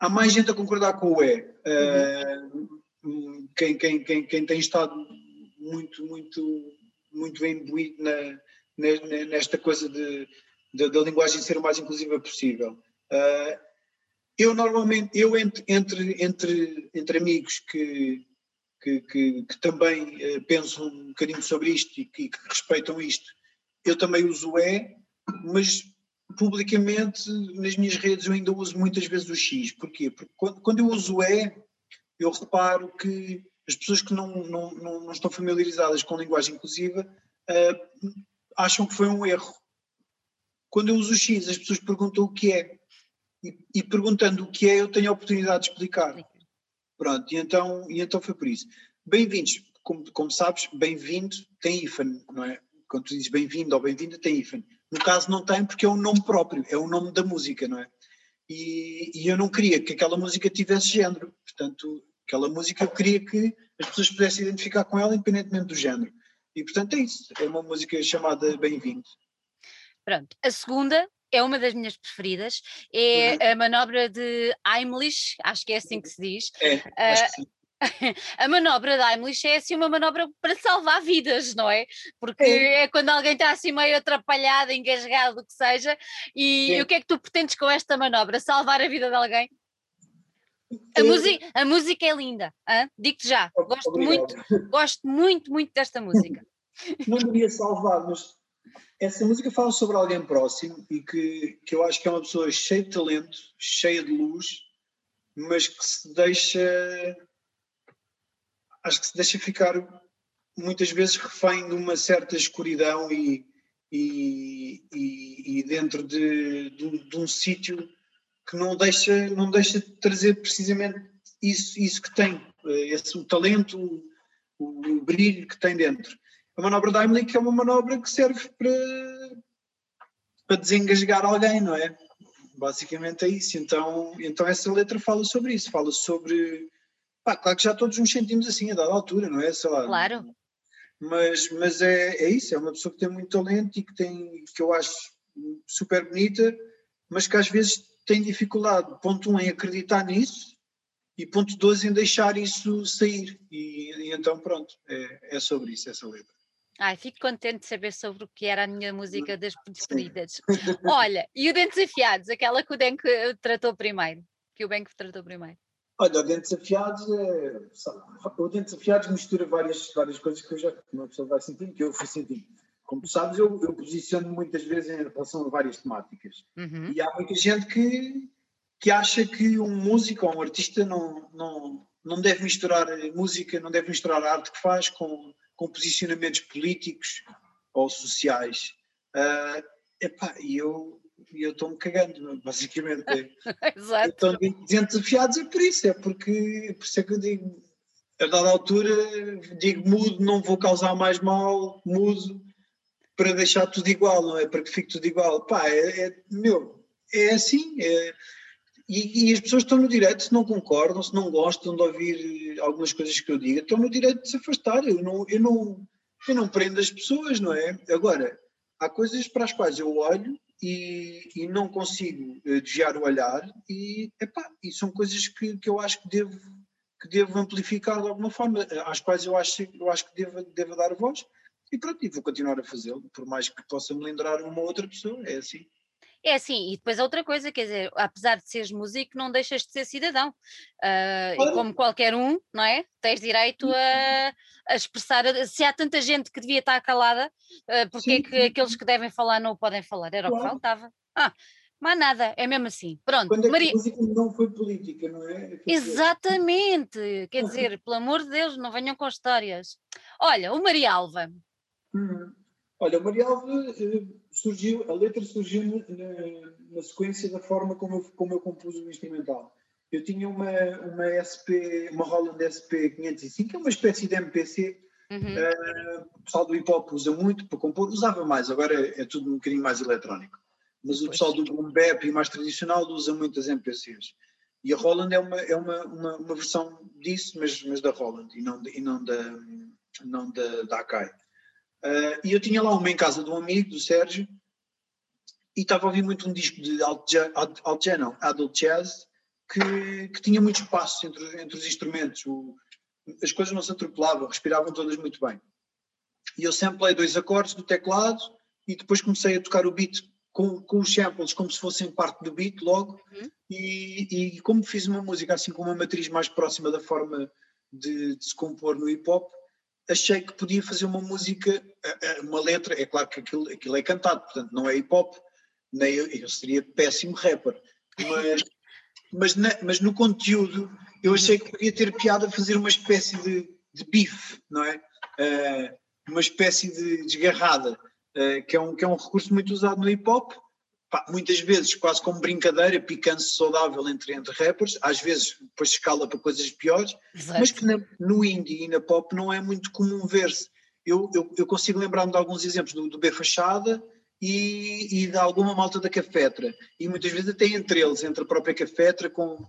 há mais gente a concordar com o é. Uh, quem, quem, quem, quem tem estado muito, muito, muito bem imbuído na, na, nesta coisa de, de, da linguagem ser o mais inclusiva possível. Uh, eu normalmente, eu entre, entre, entre, entre amigos que, que, que, que também uh, pensam um bocadinho sobre isto e que, que respeitam isto, eu também uso o é, mas publicamente nas minhas redes eu ainda uso muitas vezes o X. Porquê? Porque quando, quando eu uso o é, eu reparo que as pessoas que não, não, não, não estão familiarizadas com a linguagem inclusiva uh, acham que foi um erro. Quando eu uso o X, as pessoas perguntam o que é. E, e perguntando o que é, eu tenho a oportunidade de explicar. Pronto, e então, e então foi por isso. Bem-vindos, como, como sabes, bem-vindo tem hífen, não é? Quando tu dizes bem-vindo ou bem-vinda, tem hífen. No caso não tem, porque é um nome próprio, é o nome da música, não é? E, e eu não queria que aquela música tivesse género. Portanto, aquela música eu queria que as pessoas pudessem identificar com ela, independentemente do género. E portanto é isso, é uma música chamada Bem-vindo. Pronto, a segunda é uma das minhas preferidas, é Uhum. a manobra de Heimlich, acho que é assim que se diz. É, Uh, acho que sim. A manobra de Heimlich é assim uma manobra para salvar vidas, não é? Porque É. é quando alguém está assim meio atrapalhado, engasgado, o que seja, e, e o que é que tu pretendes com esta manobra? Salvar a vida de alguém? A, É. música, a música é linda, hã? Digo-te já, gosto Obrigado. muito, gosto muito, muito desta música. Não devia salvar, mas essa música fala sobre alguém próximo e que, que eu acho que é uma pessoa cheia de talento, cheia de luz, mas que se deixa, acho que se deixa ficar muitas vezes refém de uma certa escuridão e, e, e, e dentro de, de, de um sítio que não deixa, não deixa de trazer precisamente isso, isso que tem, esse, o talento, o, o brilho que tem dentro. A manobra da Heimlich é uma manobra que serve para, para desengasgar alguém, não é? Basicamente é isso. Então, então essa letra fala sobre isso, fala sobre... Pá, claro que já todos nos sentimos assim a dada altura, não é? Sei lá, Claro. Mas, mas é, é isso, é uma pessoa que tem muito talento e que, tem, que eu acho super bonita, mas que às vezes tem dificuldade, ponto um, em acreditar nisso e ponto dois, em deixar isso sair. E, e então pronto, é, é sobre isso, essa letra. Ai, fico contente de saber sobre o que era a minha música das Sim. preferidas. Olha, e o Dentes Afiados, aquela que o Denk tratou primeiro, que o Benk tratou primeiro. Olha, o Dentes Afiados, é, o Dentes Afiados mistura várias, várias coisas que eu já, uma pessoa vai sentindo, que eu fui sentindo. Como tu sabes, eu, eu posiciono muitas vezes em relação a várias temáticas. Uhum. E há muita gente que, que acha que um músico ou um artista não, não, não deve misturar música, não deve misturar a arte que faz com, com posicionamentos políticos ou sociais. Uh, epá, e eu e eu estou-me cagando, basicamente. Exato. Então, Dentes Afiados é por isso, é porque, por isso é que eu digo, a dada altura, digo mudo, não vou causar mais mal, mudo, para deixar tudo igual, não é? Para que fique tudo igual. Pá, é, é meu, é assim, é, e, e as pessoas estão no direito, se não concordam, se não gostam de ouvir algumas coisas que eu digo, estão no direito de se afastar, eu não, eu não, eu não prendo as pessoas, não é? Agora, há coisas para as quais eu olho e, e não consigo uh, desviar o olhar e, epá, e são coisas que, que eu acho que devo, que devo amplificar de alguma forma, às quais eu acho, eu acho que devo, devo dar voz e pronto, e vou continuar a fazê-lo, por mais que possa melindrar uma outra pessoa, é assim. É assim, e depois a outra coisa, quer dizer, apesar de seres músico, não deixas de ser cidadão. Uh, e Claro. como qualquer um, não é? Tens direito a, a expressar. Se há tanta gente que devia estar calada, uh, porque é que aqueles que devem falar não o podem falar? Era o que Claro. faltava. Ah, mas nada, é mesmo assim. Pronto, Quando é que Maria. a música não foi política, não é? Quer dizer, Exatamente! Quer dizer, pelo amor de Deus, não venham com histórias. Olha, o Maria Alva. Hum. Olha, o Maria Alva eh, surgiu, a letra surgiu na, na, na sequência da forma como eu, como eu compus o instrumental. Eu tinha uma, uma S P, uma Roland S P quinhentos e cinco, que é uma espécie de M P C. Uhum. Uh, o pessoal do hip hop usa muito para compor, usava mais, agora é, é tudo um bocadinho mais eletrónico. Mas Pois. O pessoal do boom bap e mais tradicional usa muitas M P Cs. E a Roland é uma, é uma, uma, uma versão disso, mas, mas da Roland e não, de, e não da, não da, da Akai. Uh, e eu tinha lá uma em casa de um amigo, do Sérgio, e estava a ouvir muito um disco de alt jazz, alt, alt jazz não, adult jazz, que, que tinha muito espaço entre, entre os instrumentos, o, as coisas não se atropelavam, respiravam todas muito bem. E eu samplei dois acordes do teclado e depois comecei a tocar o beat com, com os samples como se fossem parte do beat logo, uhum. e, e como fiz uma música assim com uma matriz mais próxima da forma de, de se compor no hip-hop, achei que podia fazer uma música, uma letra, é claro que aquilo, aquilo é cantado, portanto não é hip-hop, nem eu, eu seria péssimo rapper, mas, mas, na, mas no conteúdo eu achei que podia ter piada fazer uma espécie de, de bife, não é? Uh, uma espécie de desgarrada, uh, que, é um, que é um recurso muito usado no hip-hop, pá, muitas vezes quase como brincadeira, picância saudável entre, entre rappers, às vezes depois escala para coisas piores, Exato. Mas que na, no indie e na pop não é muito comum ver-se. Eu, eu, eu consigo lembrar-me de alguns exemplos do, do B Fachada e, e de alguma malta da Cafetra, e muitas vezes até entre eles, entre a própria Cafetra com,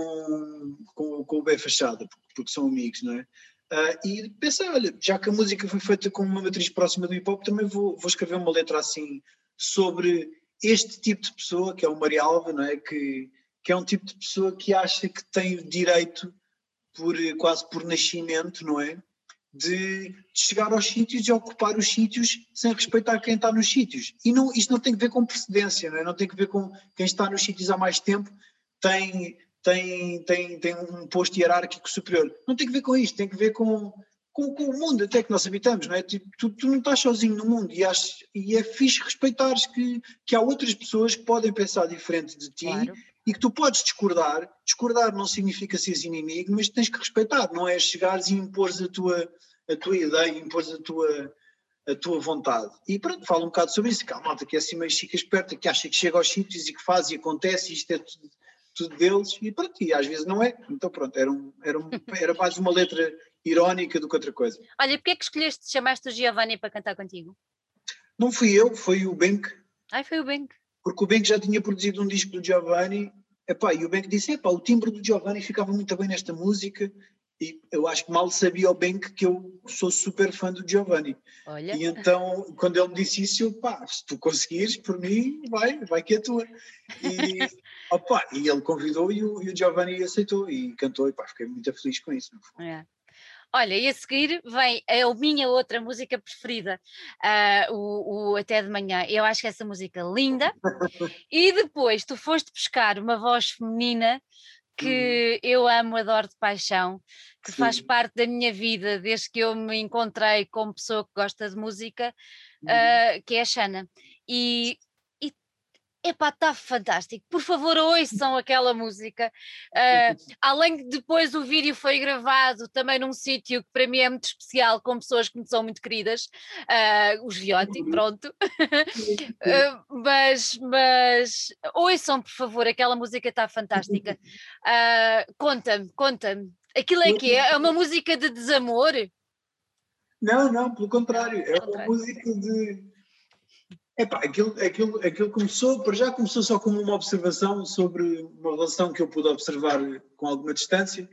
com, com, com o B Fachada, porque, porque são amigos, não é? Uh, e pensei, olha, já que a música foi feita com uma matriz próxima do hip-hop, também vou, vou escrever uma letra assim sobre este tipo de pessoa, que é o Marialva, não é? Que, que é um tipo de pessoa que acha que tem o direito, por, quase por nascimento, não é? De, de chegar aos sítios e ocupar os sítios sem respeitar quem está nos sítios. E não, isto não tem que ver com precedência, não é? Não tem que ver com quem está nos sítios há mais tempo, tem... Tem, tem, tem um posto hierárquico superior. Não tem que ver com isto, tem que ver com, com, com o mundo até que nós habitamos, não é? Tipo, tu, tu não estás sozinho no mundo e, achas, e é fixe respeitares que, que há outras pessoas que podem pensar diferente de ti, claro. E que tu podes discordar. Discordar não significa seres inimigo, mas tens que respeitar, não é chegares e impores a tua, a tua ideia, impores a tua, a tua vontade. E pronto, fala um bocado sobre isso, que há malta que é assim meio chica esperta, que acha que chega aos sítios e que faz e acontece e isto é tudo... tudo deles, e pronto, e às vezes não é, então pronto, era, um, era, um, era mais uma letra irónica do que outra coisa. Olha, porque é que escolheste, chamaste o Giovanni para cantar contigo? Não fui eu, foi o Benk. Ai, foi o Benk. Porque o Benk já tinha produzido um disco do Giovanni, epá, e o Benk disse, epá, o timbre do Giovanni ficava muito bem nesta música, e eu acho que mal sabia o Benk que eu sou super fã do Giovanni. Olha. E então, quando ele me disse isso, eu, pá, se tu conseguires, por mim, vai, vai que é tua. E, opa, e ele convidou e o, e o Giovanni aceitou e cantou, e pá, fiquei muito feliz com isso. É. Olha, e a seguir vem a minha outra música preferida, uh, o, o Até de Manhã. Eu acho que essa música é linda. E depois tu foste buscar uma voz feminina que hum. eu amo, adoro de paixão, que Sim. faz parte da minha vida desde que eu me encontrei como pessoa que gosta de música, hum. uh, que é a Xana. E, e epá, está fantástico. Por favor, ouçam aquela música. Uh, além de depois o vídeo foi gravado também num sítio que para mim é muito especial, com pessoas que me são muito queridas, uh, os Viotti, pronto. uh, mas, mas ouçam, por favor, aquela música está fantástica. Uh, conta-me, conta-me. Aquilo é que é? É uma música de desamor? Não, não, pelo contrário. É uma música de... Epá, aquilo, aquilo, aquilo começou, para já começou só como uma observação sobre uma relação que eu pude observar com alguma distância,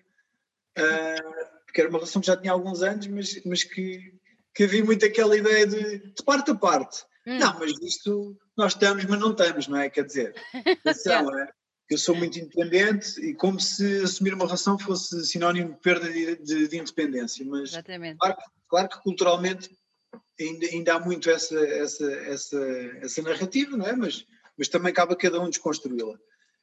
uh, porque era uma relação que já tinha alguns anos, mas, mas que, que havia muito aquela ideia de, de parte a parte. Hum. Não, mas isto nós estamos, mas não estamos, não é? Quer dizer, atenção, é? Eu sou muito independente e como se assumir uma relação fosse sinónimo de perda de, de, de independência, mas claro, claro que culturalmente Ainda, ainda há muito essa, essa, essa, essa narrativa, não é? Mas, mas também cabe a cada um desconstruí-la.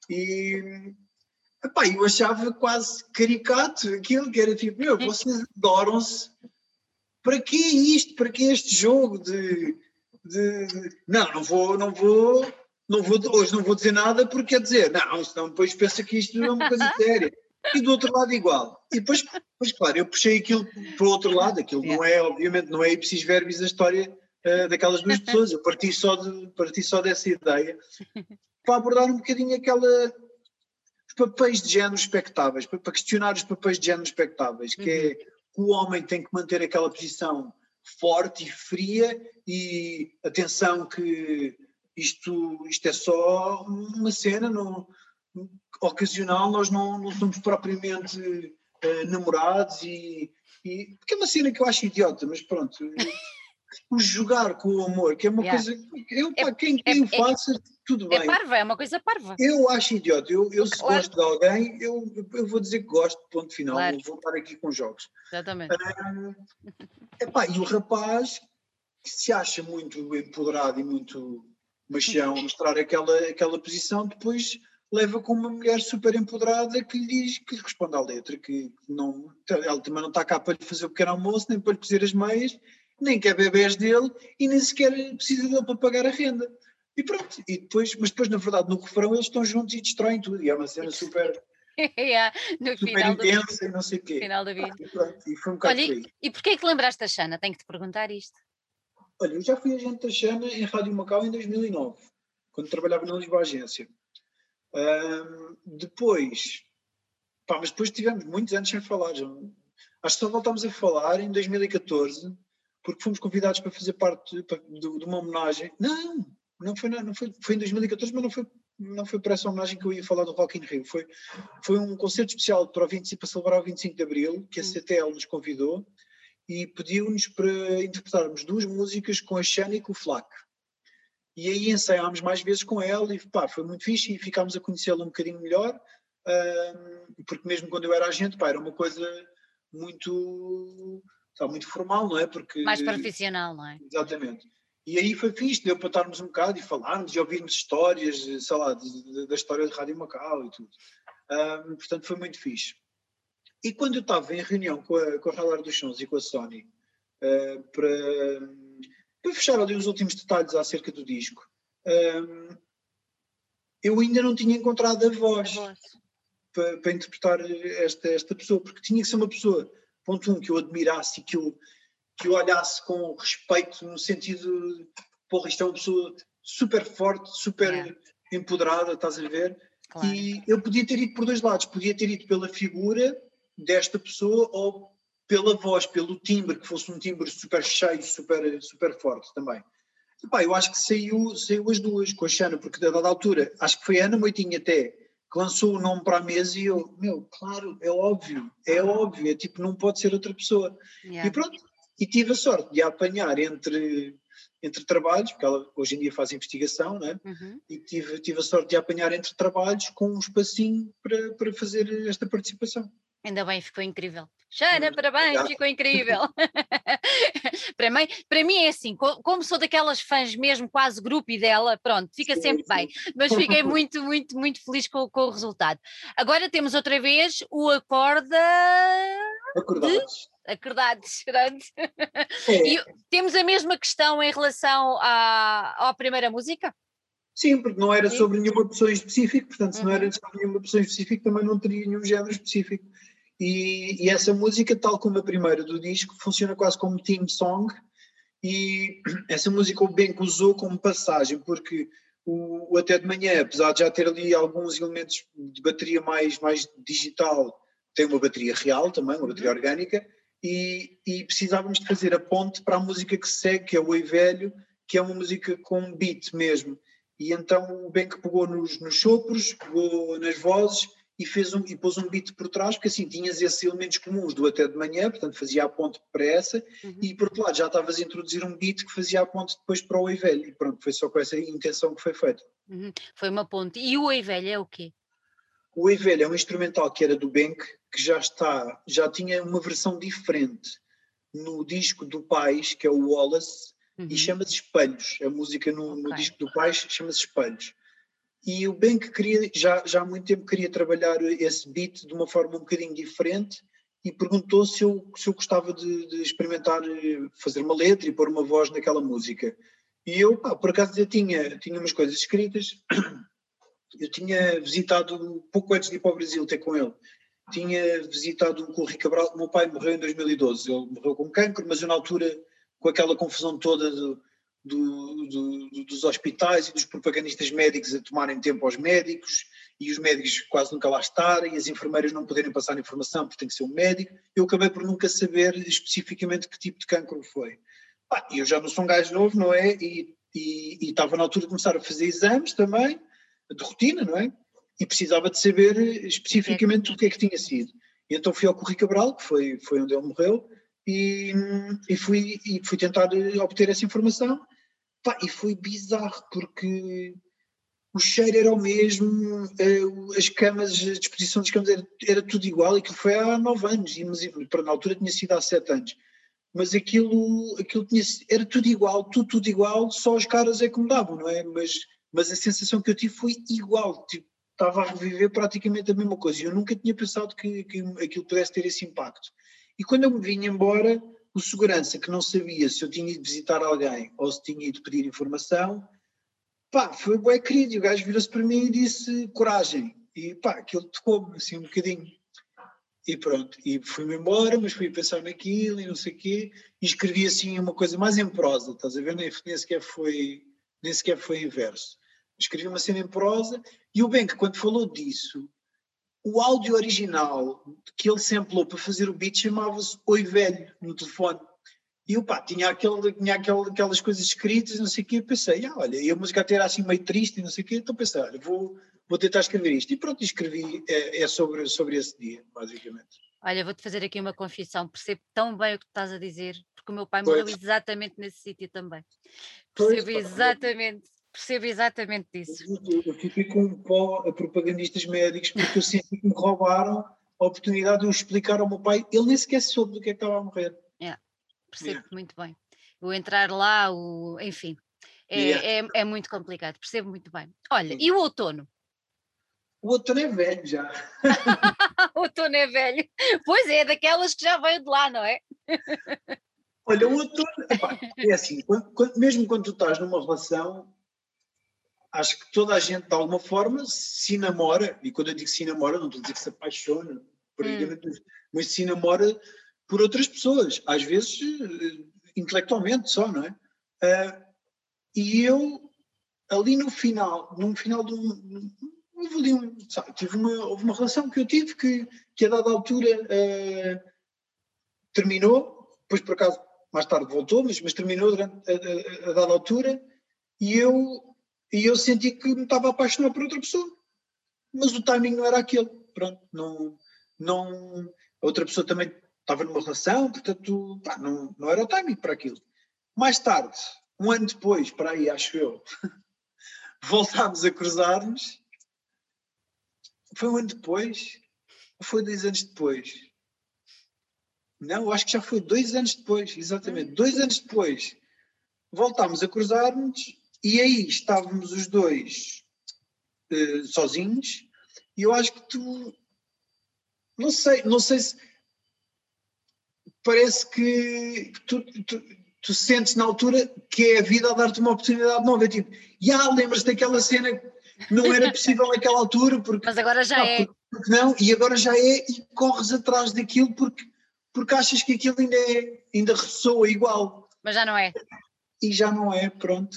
E epá, eu achava quase caricato aquilo que era tipo, meu, vocês adoram-se, para que isto? Para que este jogo de, de, de... Não, não vou, não vou, não vou, hoje não vou dizer nada porque quer dizer, não, senão depois pensa que isto é uma coisa séria. E do outro lado igual. E depois, depois claro, eu puxei aquilo para o outro lado, aquilo yeah. não é, obviamente, não é ipsis verbis a história uh, daquelas duas pessoas, eu parti só, de, parti só dessa ideia para abordar um bocadinho aquela, os papéis de género expectáveis, para, para questionar os papéis de género expectáveis, que uhum. é que o homem tem que manter aquela posição forte e fria e atenção que isto, isto é só uma cena, não... ocasional, nós não, não somos propriamente uh, namorados e, e... porque é uma cena que eu acho idiota, mas pronto, o jogar com o amor, que é uma Yeah. coisa, eu, pá, É, quem, quem é, o faça, tudo é bem. parva, é uma coisa parva. Eu acho idiota, eu, eu se Claro. gosto de alguém, eu, eu vou dizer que gosto, ponto final, Claro. não vou estar aqui com jogos. Exatamente. Ah, epá, e o rapaz que se acha muito empoderado e muito machão a mostrar aquela, aquela posição, depois leva com uma mulher super empoderada que lhe diz, que lhe responde à letra, que não, ela também não está cá para lhe fazer o pequeno almoço, nem para lhe cozer as meias, nem quer bebés dele e nem sequer precisa dele para pagar a renda. E pronto, e depois, mas depois na verdade no refrão eles estão juntos e destroem tudo, e é uma cena super, Yeah, no super final do, intensa e não sei o quê. final do vídeo. E pronto, e foi um bocado Olha, por e, aí. e porquê é que te lembraste da Xana? Tenho que te perguntar isto. Olha, eu já fui agente da Xana em Rádio Macau em dois mil e nove, quando trabalhava na Lisboa Agência. Um, depois, pá, mas depois tivemos muitos anos sem falar. Já. Acho que só voltámos a falar em dois mil e catorze, porque fomos convidados para fazer parte de, de, de uma homenagem. Não, não foi, não, não foi, foi em dois mil e catorze, mas não foi, não foi para essa homenagem que eu ia falar do Rock in Rio. Foi, foi um concerto especial para, o vinte e cinco, para celebrar o vinte e cinco de Abril, que a C T L nos convidou e pediu-nos para interpretarmos duas músicas com a Xana e com o Flac. E aí ensaiámos mais vezes com ela e pá, foi muito fixe e ficámos a conhecê-la um bocadinho melhor, um, porque mesmo quando eu era agente, pá, era uma coisa muito, sabe, muito formal, não é? Porque, Mais profissional, não é? Exatamente. E aí foi fixe, deu para estarmos um bocado e falarmos e ouvirmos histórias, sei lá, da história de Rádio Macau e tudo. Um, portanto, foi muito fixe. E quando eu estava em reunião com a, com a Radar dos Sons e com a Sony, uh, para, para fechar ali os últimos detalhes acerca do disco, um, eu ainda não tinha encontrado a voz, a voz. Para, para interpretar esta, esta pessoa, porque tinha que ser uma pessoa, ponto um, que eu admirasse e que eu, que eu olhasse com respeito, no sentido de, porra, isto é uma pessoa super forte, super yeah. empoderada, estás a ver? Claro. E eu podia ter ido por dois lados, podia ter ido pela figura desta pessoa ou pela voz, pelo timbre, que fosse um timbre super cheio, super, super forte também. E, pá, eu acho que saiu, saiu as duas com a Xana, porque a dada altura, acho que foi a Ana Moitinho até, que lançou o nome para a mesa e eu, meu, claro, é óbvio, é óbvio, é tipo, não pode ser outra pessoa. Yeah. E pronto, e tive a sorte de a apanhar entre, entre trabalhos, porque ela hoje em dia faz investigação, né? Uhum. E tive, tive a sorte de a apanhar entre trabalhos com um espacinho para, para fazer esta participação. Ainda bem, ficou incrível. Xana, parabéns, ficou incrível. para, mim, para mim é assim, como sou daquelas fãs mesmo, quase grupo dela, pronto, fica sim, sempre sim. bem. Mas fiquei muito, muito, muito feliz com, com o resultado. Agora temos outra vez o Acorda... Acordados. De... Acordados, pronto. É. E temos a mesma questão em relação à, à primeira música? Sim, porque não era sim. sobre nenhuma pessoa em específico, portanto, se uhum. não era sobre nenhuma pessoa em específico, também não teria nenhum género específico. E, e essa música, tal como a primeira do disco, funciona quase como theme song, e essa música o Benco usou como passagem, porque o, o Até de Manhã, apesar de já ter ali alguns elementos de bateria mais, mais digital, tem uma bateria real também, uma bateria orgânica, e, e precisávamos de fazer a ponte para a música que segue, que é o Oi Velho, que é uma música com beat mesmo. E então o Benco pegou nos, nos sopros, pegou nas vozes, e, fez um, e pôs um beat por trás, porque assim tinhas esses elementos comuns do Até de Manhã, portanto fazia a ponte para essa, uhum. e por outro lado já estavas a introduzir um beat que fazia a ponte depois para o Oi Velho, e pronto, foi só com essa intenção que foi feita. Uhum. Foi uma ponte. E o Oi Velho é o quê? O Oi Velho é um instrumental que era do Benk, que já está, já tinha uma versão diferente no disco do Pais, que é o Wallace, uhum. e chama-se Espelhos, a música no, okay. no disco do Pais chama-se Espelhos. E o Benk queria, já, já há muito tempo queria trabalhar esse beat de uma forma um bocadinho diferente e perguntou se eu, se eu gostava de, de experimentar fazer uma letra e pôr uma voz naquela música. E eu, pá, por acaso eu tinha, tinha umas coisas escritas, eu tinha visitado, pouco antes de ir para o Brasil ter com ele, tinha visitado o Corri Cabral, o meu pai morreu em dois mil e doze, ele morreu com cancro, mas eu na altura, com aquela confusão toda do Do, do, dos hospitais e dos propagandistas médicos a tomarem tempo aos médicos e os médicos quase nunca lá estarem e as enfermeiras não poderem passar informação porque tem que ser um médico, eu acabei por nunca saber especificamente que tipo de cancro foi. Ah, eu já não sou um gajo novo, não é? E, e, e estava na altura de começar a fazer exames também, de rotina, não é? E precisava de saber especificamente o que é que tinha sido. E então fui ao Corri Cabral, que foi, foi onde ele morreu, e, e, fui, e fui tentar obter essa informação. Pá, e foi bizarro, porque o cheiro era o mesmo, as camas, a disposição das camas era, era tudo igual, e aquilo foi há nove anos, e, mas para na altura tinha sido há sete anos. Mas aquilo, aquilo tinha, era tudo igual, tudo, tudo igual, só as caras é que mudavam, não é? Mas, mas a sensação que eu tive foi igual, tipo, estava a reviver praticamente a mesma coisa. Eu nunca tinha pensado que, que aquilo pudesse ter esse impacto. E quando eu me vinha embora, o segurança, que não sabia se eu tinha ido visitar alguém ou se tinha ido pedir informação, pá, foi bué querido. E o gajo virou-se para mim e disse coragem. E pá, aquilo tocou-me assim um bocadinho. E pronto, e fui-me embora, mas fui pensar naquilo e não sei o quê, e escrevi assim uma coisa mais em prosa, estás a ver? Nem, nem, sequer, foi, nem sequer foi em verso. Escrevi uma cena em prosa, e o Ben, que quando falou disso, o áudio original que ele samplou para fazer o beat chamava-se Oi Velho, no telefone. E eu, pá, tinha, aquele, tinha aquele, aquelas coisas escritas, não sei o quê, e pensei, ah, olha, e a música até era assim meio triste e não sei o quê, então pensei, olha, vou... vou tentar escrever isto. E pronto, escrevi, é, é sobre, sobre esse dia, basicamente. Olha, vou-te fazer aqui uma confissão, percebo tão bem o que tu estás a dizer, porque o meu pai Pois, morreu exatamente nesse sítio também. pois, Percebo pá, exatamente, percebo exatamente disso. eu, eu fiquei com um pó a propagandistas médicos porque eu senti que me roubaram a oportunidade de eu explicar ao meu pai, ele nem sequer soube do que é que estava a morrer. Yeah, Yeah. percebo muito bem. O entrar lá, o, enfim, Yeah. é, é, é muito complicado, percebo muito bem. Olha, e o outono? O outro é velho já. O outono é velho. Pois é, daquelas que já veio de lá, não é? Olha, o outro, epá, é assim, quando, quando, mesmo quando tu estás numa relação, acho que toda a gente de alguma forma se namora, e quando eu digo se namora, não estou a dizer que se apaixona, Hum, mas se namora por outras pessoas, às vezes eh, intelectualmente só, não é? Uh, e eu, ali no final, no final de um. Houve ali um, sabe, tive uma, houve uma relação que eu tive que, que a dada altura uh, terminou, depois por acaso mais tarde voltou, mas, mas terminou durante, a, a, a dada altura, e eu, e eu senti que me estava apaixonado por outra pessoa, mas o timing não era aquele, pronto, não, não, a outra pessoa também estava numa relação, portanto, pá, não, não era o timing para aquilo. Mais tarde, um ano depois, para aí acho eu, voltámos a cruzar-nos, foi um ano depois, ou foi dois anos depois? Não, acho que já foi dois anos depois, exatamente, hum. dois anos depois, voltámos a cruzar-nos e aí estávamos os dois uh, sozinhos, e eu acho que tu, não sei, não sei se parece que tu, tu, tu sentes na altura que é a vida a dar-te uma oportunidade nova, é tipo, já lembras daquela cena que não era possível naquela altura, porque, Mas agora já pá, é. porque, porque não, e agora já é, e corres atrás daquilo porque, porque achas que aquilo ainda, é, ainda ressoa igual. Mas já não é. E já não é, pronto.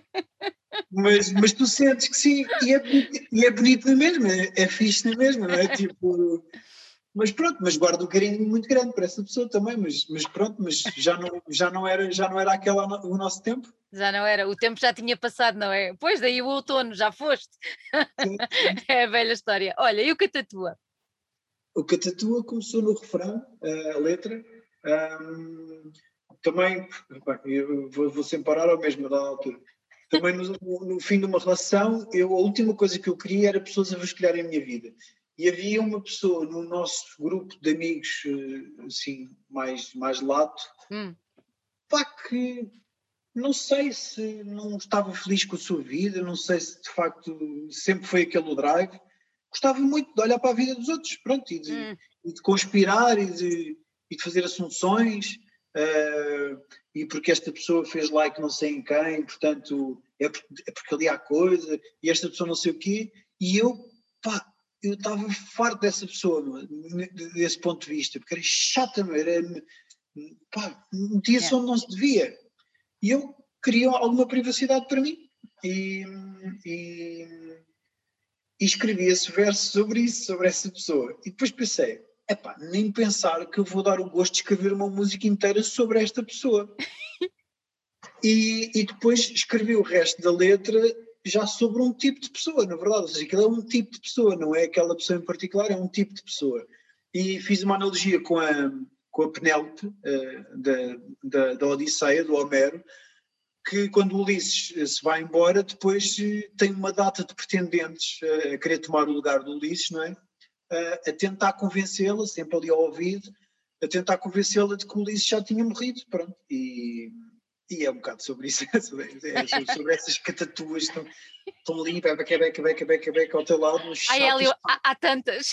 Mas, mas tu sentes que sim, e é bonito, e é bonito na mesma, é, é fixe na mesma, não é? Tipo, mas pronto, mas guardo um carinho muito grande para essa pessoa também, mas, mas pronto, mas já não, já não era, já não era aquela o nosso tempo. Já não era. O tempo já tinha passado, não é? Pois daí o outono, já foste. Sim, sim. É a velha história. Olha, e o Catatua? O Catatua começou no refrão, a letra. Um, também, bem, eu vou, vou sempre parar ao mesmo da altura. Também no, no fim de uma relação, eu, a última coisa que eu queria era pessoas a vasculharem a minha vida. E havia uma pessoa no nosso grupo de amigos, assim, mais, mais lato, Hum, pá, que não sei se não estava feliz com a sua vida, não sei se de facto sempre foi aquele o drive. Gostava muito de olhar para a vida dos outros, pronto, e de, hum, e de conspirar e de, e de fazer assunções, uh, e porque esta pessoa fez like não sei em quem, portanto é porque, é porque ali há coisa, e esta pessoa não sei o quê, e eu, pá, eu estava farto dessa pessoa, desse ponto de vista, porque era chata, era, pá, metia-se yeah. onde não se devia. E eu queria alguma privacidade para mim. E, e, e escrevi esse verso sobre isso, sobre essa pessoa. E depois pensei, epá, nem pensar que eu vou dar o gosto de escrever uma música inteira sobre esta pessoa. E, e depois escrevi o resto da letra já sobre um tipo de pessoa, na verdade. Ou seja, aquilo é um tipo de pessoa, não é aquela pessoa em particular, é um tipo de pessoa. E fiz uma analogia com a, com a Penélope, uh, da, da, da Odisseia, do Homero, que quando o Ulisses se vai embora, depois tem uma data de pretendentes uh, a querer tomar o lugar do Ulisses, não é? Uh, a tentar convencê-la, sempre ali ao ouvido, a tentar convencê-la de que o Ulisses já tinha morrido, pronto, e... E é um bocado sobre isso, é sobre, é sobre, sobre essas catatuas que estão, estão ali, beca, beca, beca, beca, beca, ao teu lado. Ai, Hélio, há, há tantas.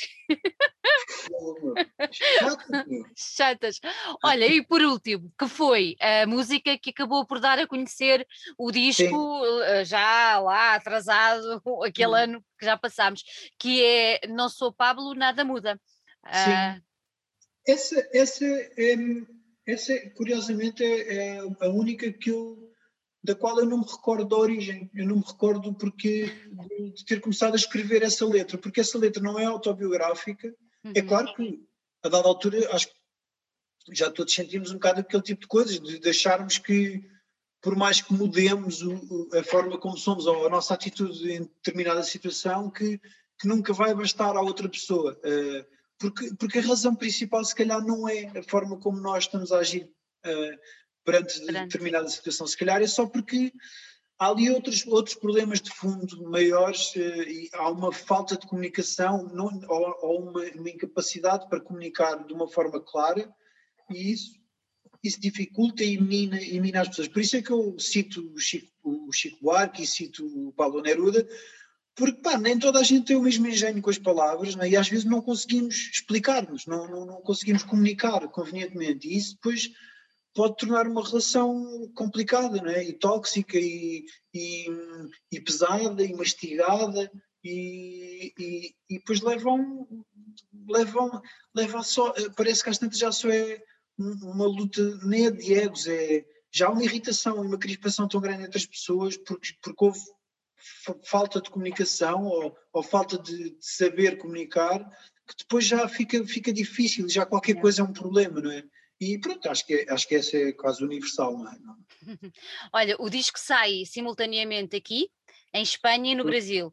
Chatas. Chatas. Olha, e por último, que foi a música que acabou por dar a conhecer o disco, Sim. já lá atrasado, aquele hum. ano que já passámos, que é Não Sou Pablo, Nada Muda. Sim. Uh... Essa, essa é... Essa, curiosamente, é, é a única que eu, da qual eu não me recordo da origem. Eu não me recordo porque de, de ter começado a escrever essa letra, porque essa letra não é autobiográfica. Uhum. É claro que, a dada altura, acho que já todos sentimos um bocado aquele tipo de coisas, de, de acharmos que, por mais que mudemos o, o, a forma como somos ou a nossa atitude em determinada situação, que, que nunca vai bastar à outra pessoa. Uh, Porque, porque a razão principal, se calhar, não é a forma como nós estamos a agir uh, perante, perante determinada situação. Se calhar é só porque há ali outros, outros problemas de fundo maiores uh, e há uma falta de comunicação não, ou, ou uma, uma incapacidade para comunicar de uma forma clara e isso, isso dificulta e mina, e mina as pessoas. Por isso é que eu cito o Chico, o Chico Buarque e cito o Pablo Neruda, porque, pá, nem toda a gente tem o mesmo engenho com as palavras, né? E às vezes não conseguimos explicar-nos, não, não, não conseguimos comunicar convenientemente. E isso depois pode tornar uma relação complicada, né? E tóxica, e, e, e pesada, e mastigada, e, e, e depois levam, levam, levam só, parece que às tantas já só é uma luta, nem é de egos, é já uma irritação e uma crispação tão grande entre as pessoas, porque, porque houve falta de comunicação ou, ou falta de, de saber comunicar, que depois já fica, fica difícil, já qualquer é. coisa é um problema, não é? E pronto, acho que, é, acho que essa é quase universal, não é? Não. Olha, o disco sai simultaneamente aqui, em Espanha e no Brasil.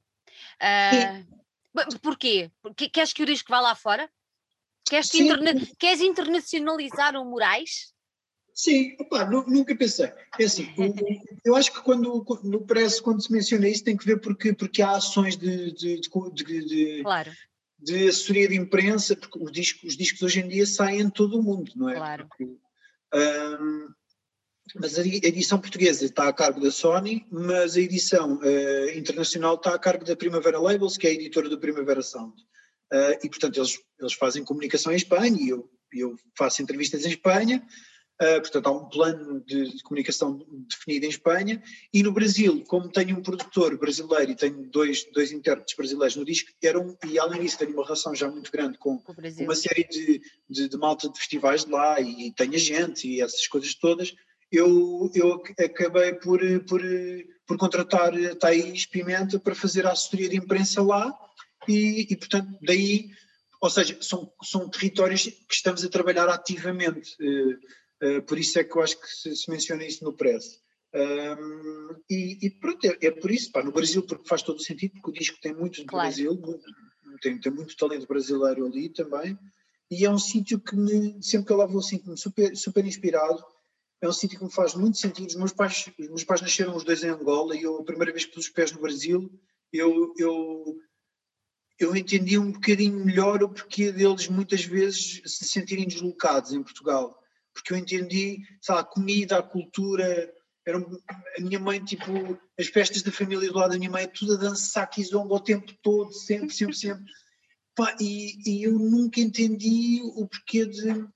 Uh, porquê? Porque queres que o disco vá lá fora? Queres, que interna queres internacionalizar o Moraes? Sim, opa, nunca pensei. É assim, eu acho que quando no press, quando se menciona isso, tem que ver porque, porque há ações de, de, de, de, claro. de assessoria de imprensa, porque os discos, os discos hoje em dia saem em todo o mundo, não é? Claro. Porque, um, mas a edição portuguesa está a cargo da Sony, mas a edição uh, internacional está a cargo da Primavera Labels, que é a editora do Primavera Sound. Uh, e, portanto, eles, eles fazem comunicação em Espanha e eu, eu faço entrevistas em Espanha. Uh, portanto, há um plano de, de comunicação definido em Espanha e no Brasil, como tenho um produtor brasileiro e tenho dois, dois intérpretes brasileiros no disco, eram, e além disso tenho uma relação já muito grande com, com uma série de, de, de malta de festivais de lá e, e tenho agente e essas coisas todas, eu, eu acabei por, por, por contratar a Thaís Pimenta para fazer a assessoria de imprensa lá e, e portanto, daí, ou seja, são, são territórios que estamos a trabalhar ativamente. Uh, Uh, por isso é que eu acho que se, se menciona isso no press. Um, e, e pronto, é, é por isso, pá, no Brasil, porque faz todo o sentido, porque o disco tem muito de claro. Brasil, muito, tem, tem muito talento brasileiro ali também, e é um sítio que me, sempre que eu lá vou, sinto-me super, super inspirado, é um sítio que me faz muito sentido. Os meus pais, os meus pais nasceram os dois em Angola, e eu, a primeira vez que pus os pés no Brasil, eu... eu eu entendi um bocadinho melhor o porquê deles muitas vezes se sentirem deslocados em Portugal. Porque eu entendi, sei lá, a comida, a cultura, era um, a minha mãe, tipo, as festas da família do lado da minha mãe, tudo a dançar kizomba o tempo todo, sempre, sempre, sempre. Pá, e, e eu nunca entendi o porquê de,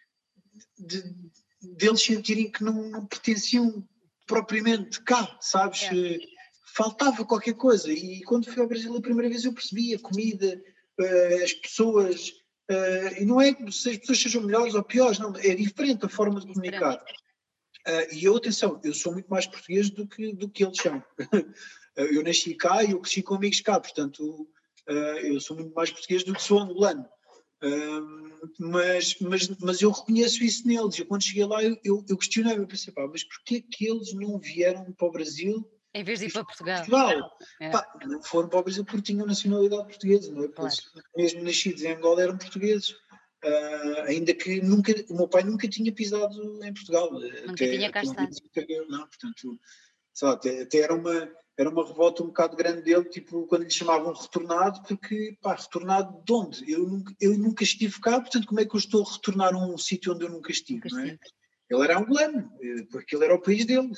de, deles sentirem que não, não pertenciam propriamente cá, sabes? É. Faltava qualquer coisa. E quando fui ao Brasil a primeira vez eu percebi a comida, as pessoas... Uh, e não é que se as pessoas sejam melhores ou piores, não, é diferente a forma de comunicar. Uh, e eu, atenção, eu sou muito mais português do que, do que eles são. uh, eu nasci cá e eu cresci com amigos cá, portanto, uh, eu sou muito mais português do que sou angolano. Uh, mas, mas, mas eu reconheço isso neles. Eu, quando cheguei lá, eu, eu, eu questionei, eu pensei, pá, mas porquê que eles não vieram para o Brasil? Em vez de ir para Portugal. Portugal. É. Pá, foram para o Brasil porque tinham nacionalidade portuguesa, não é? Claro. Mesmo nascidos em Angola eram portugueses. uh, ainda que nunca, o meu pai nunca tinha pisado em Portugal. Nunca até, tinha cá estado. Não, portanto, sei lá, até, até era uma... Era uma revolta um bocado grande dele, tipo, quando lhe chamavam retornado, porque, pá, retornado de onde? Eu nunca, eu nunca estive cá, portanto, como é que eu estou a retornar a um sítio onde eu nunca estive, Nunca não é? estive. Ele era angolano, porque ele era o país dele.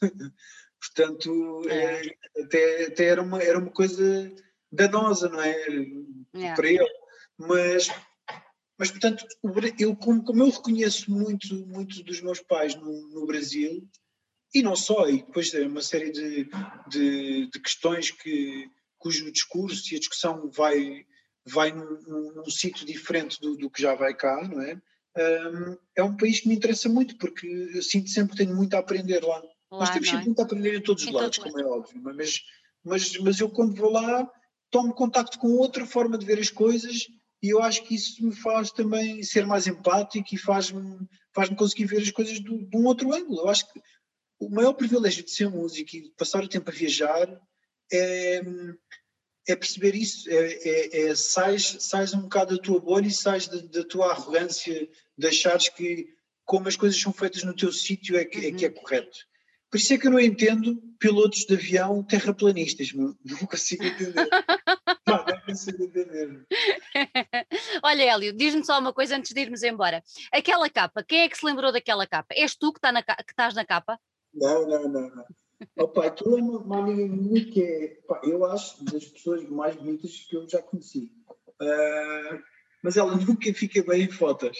Portanto, É. é, até, até era, uma, era uma coisa danosa, não é? É. Para ele. Mas, mas portanto, eu, como, como eu reconheço muito, muito dos meus pais no, no Brasil, e não só, e depois é uma série de, de, de questões que, cujo discurso e a discussão vai, vai num, num, num sítio diferente do, do que já vai cá, não é? Um, é um país que me interessa muito, porque eu sinto sempre que tenho muito a aprender lá. Lá, Nós temos não sempre é? muito a aprender em todos os Em lados, todo como é óbvio, mas, mas, mas eu quando vou lá tomo contacto com outra forma de ver as coisas e eu acho que isso me faz também ser mais empático e faz-me faz-me conseguir ver as coisas do, de um outro ângulo. Eu acho que o maior privilégio de ser músico e de passar o tempo a viajar é, é perceber isso, é, é, é sais, sais um bocado da tua bolha e sais da, da tua arrogância de achares que como as coisas são feitas no teu sítio é que, uhum. é que é correto. Por isso é que eu não entendo pilotos de avião terraplanistas, meu. Não consigo entender. Não, não consigo entender. Olha, Hélio, diz-me só uma coisa antes de irmos embora. Aquela capa, quem é que se lembrou daquela capa? És tu que, tá na, que estás na capa? Não, não, não, não. Opa, aquilo é uma, uma amiga minha que é, pá, eu acho, das pessoas mais bonitas que eu já conheci. Uh, mas ela nunca fica bem em fotos.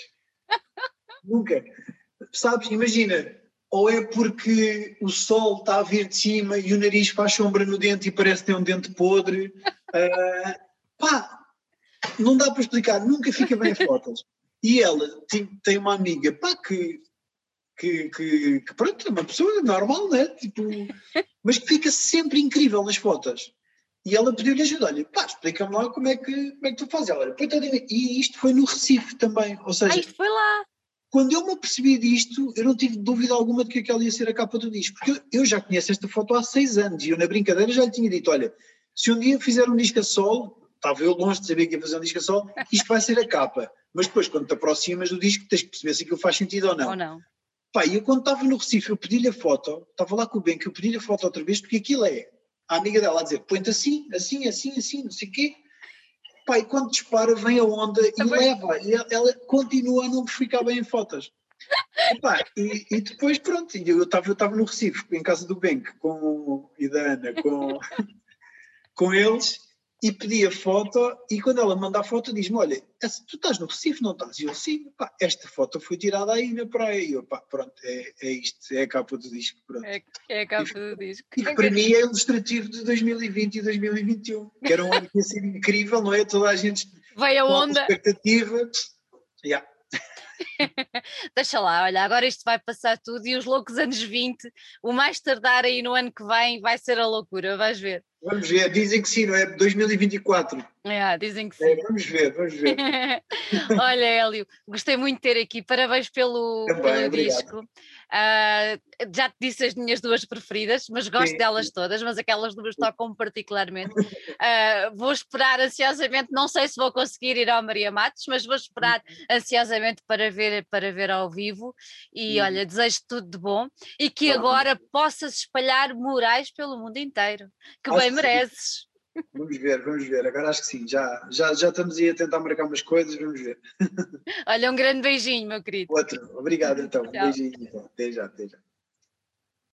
Nunca. Sabes, imagina, ou é porque o sol está a vir de cima e o nariz faz sombra no dente e parece ter um dente podre. Uh, pá, não dá para explicar, nunca fica bem em fotos. E ela tem, tem uma amiga, pá, que... Que, que, que pronto, é uma pessoa normal, né? Tipo, mas que fica sempre incrível nas fotos. E ela pediu-lhe ajuda, olha, pá, explica-me lá como é que, como é que tu fazes. Ela, e isto foi no Recife também, ou seja... Ah, isto foi lá! Quando eu me apercebi disto, eu não tive dúvida alguma de que aquela ia ser a capa do disco, porque eu, eu já conheço esta foto há seis anos, e eu na brincadeira já lhe tinha dito, olha, se um dia fizer um disco a solo, estava eu longe de saber que ia fazer um disco a solo, isto vai ser a capa. Mas depois, quando te aproximas do disco, tens que perceber se aquilo faz sentido ou não. Ou não. Pá, e eu quando estava no Recife, eu pedi-lhe a foto, estava lá com o Ben, que eu pedi-lhe a foto outra vez, porque aquilo é a amiga dela a dizer, põe-te assim, assim, assim, assim, não sei o quê. Pá, e quando dispara, vem a onda e também leva, e ela, ela continua a não ficar bem em fotos. E, pá, e, e depois, pronto, eu estava eu estava no Recife, em casa do Ben, com, e da Ana, com, com eles, e pedi a foto, e quando ela manda a foto diz-me, olha, tu estás no Recife, não estás? E eu, sim, pá, esta foto foi tirada aí na praia. E eu, pá, pronto, é, é isto, é a capa do disco, pronto. É, é a capa e, do disco. E que para mim é ilustrativo de dois mil e vinte e dois mil e vinte e um, que era um ano que ia ser incrível, não é? Toda a gente veio a onda. expectativa. Yeah. Deixa lá, olha, agora isto vai passar tudo e os loucos anos vinte, o mais tardar aí no ano que vem vai ser a loucura, vais ver. Vamos ver, dizem que sim, não é? dois mil e vinte e quatro. É, dizem que sim. É, vamos ver, vamos ver. Olha, Hélio, gostei muito de ter aqui, parabéns pelo, Também, pelo obrigado. disco. Uh, já te disse as minhas duas preferidas, mas gosto sim, delas sim. todas, mas aquelas duas tocam particularmente. Uh, vou esperar ansiosamente, não sei se vou conseguir ir ao Maria Matos, mas vou esperar ansiosamente para ver, para ver ao vivo. E uhum. olha, desejo tudo de bom e que ah, agora possas espalhar murais pelo mundo inteiro, que bem que mereces. Sim. Vamos ver, vamos ver. Agora acho que sim. Já, já, já estamos aí a tentar marcar umas coisas, vamos ver. Olha, um grande beijinho, meu querido. Outro. Obrigado, então. Um beijinho. Então. Até já, até já.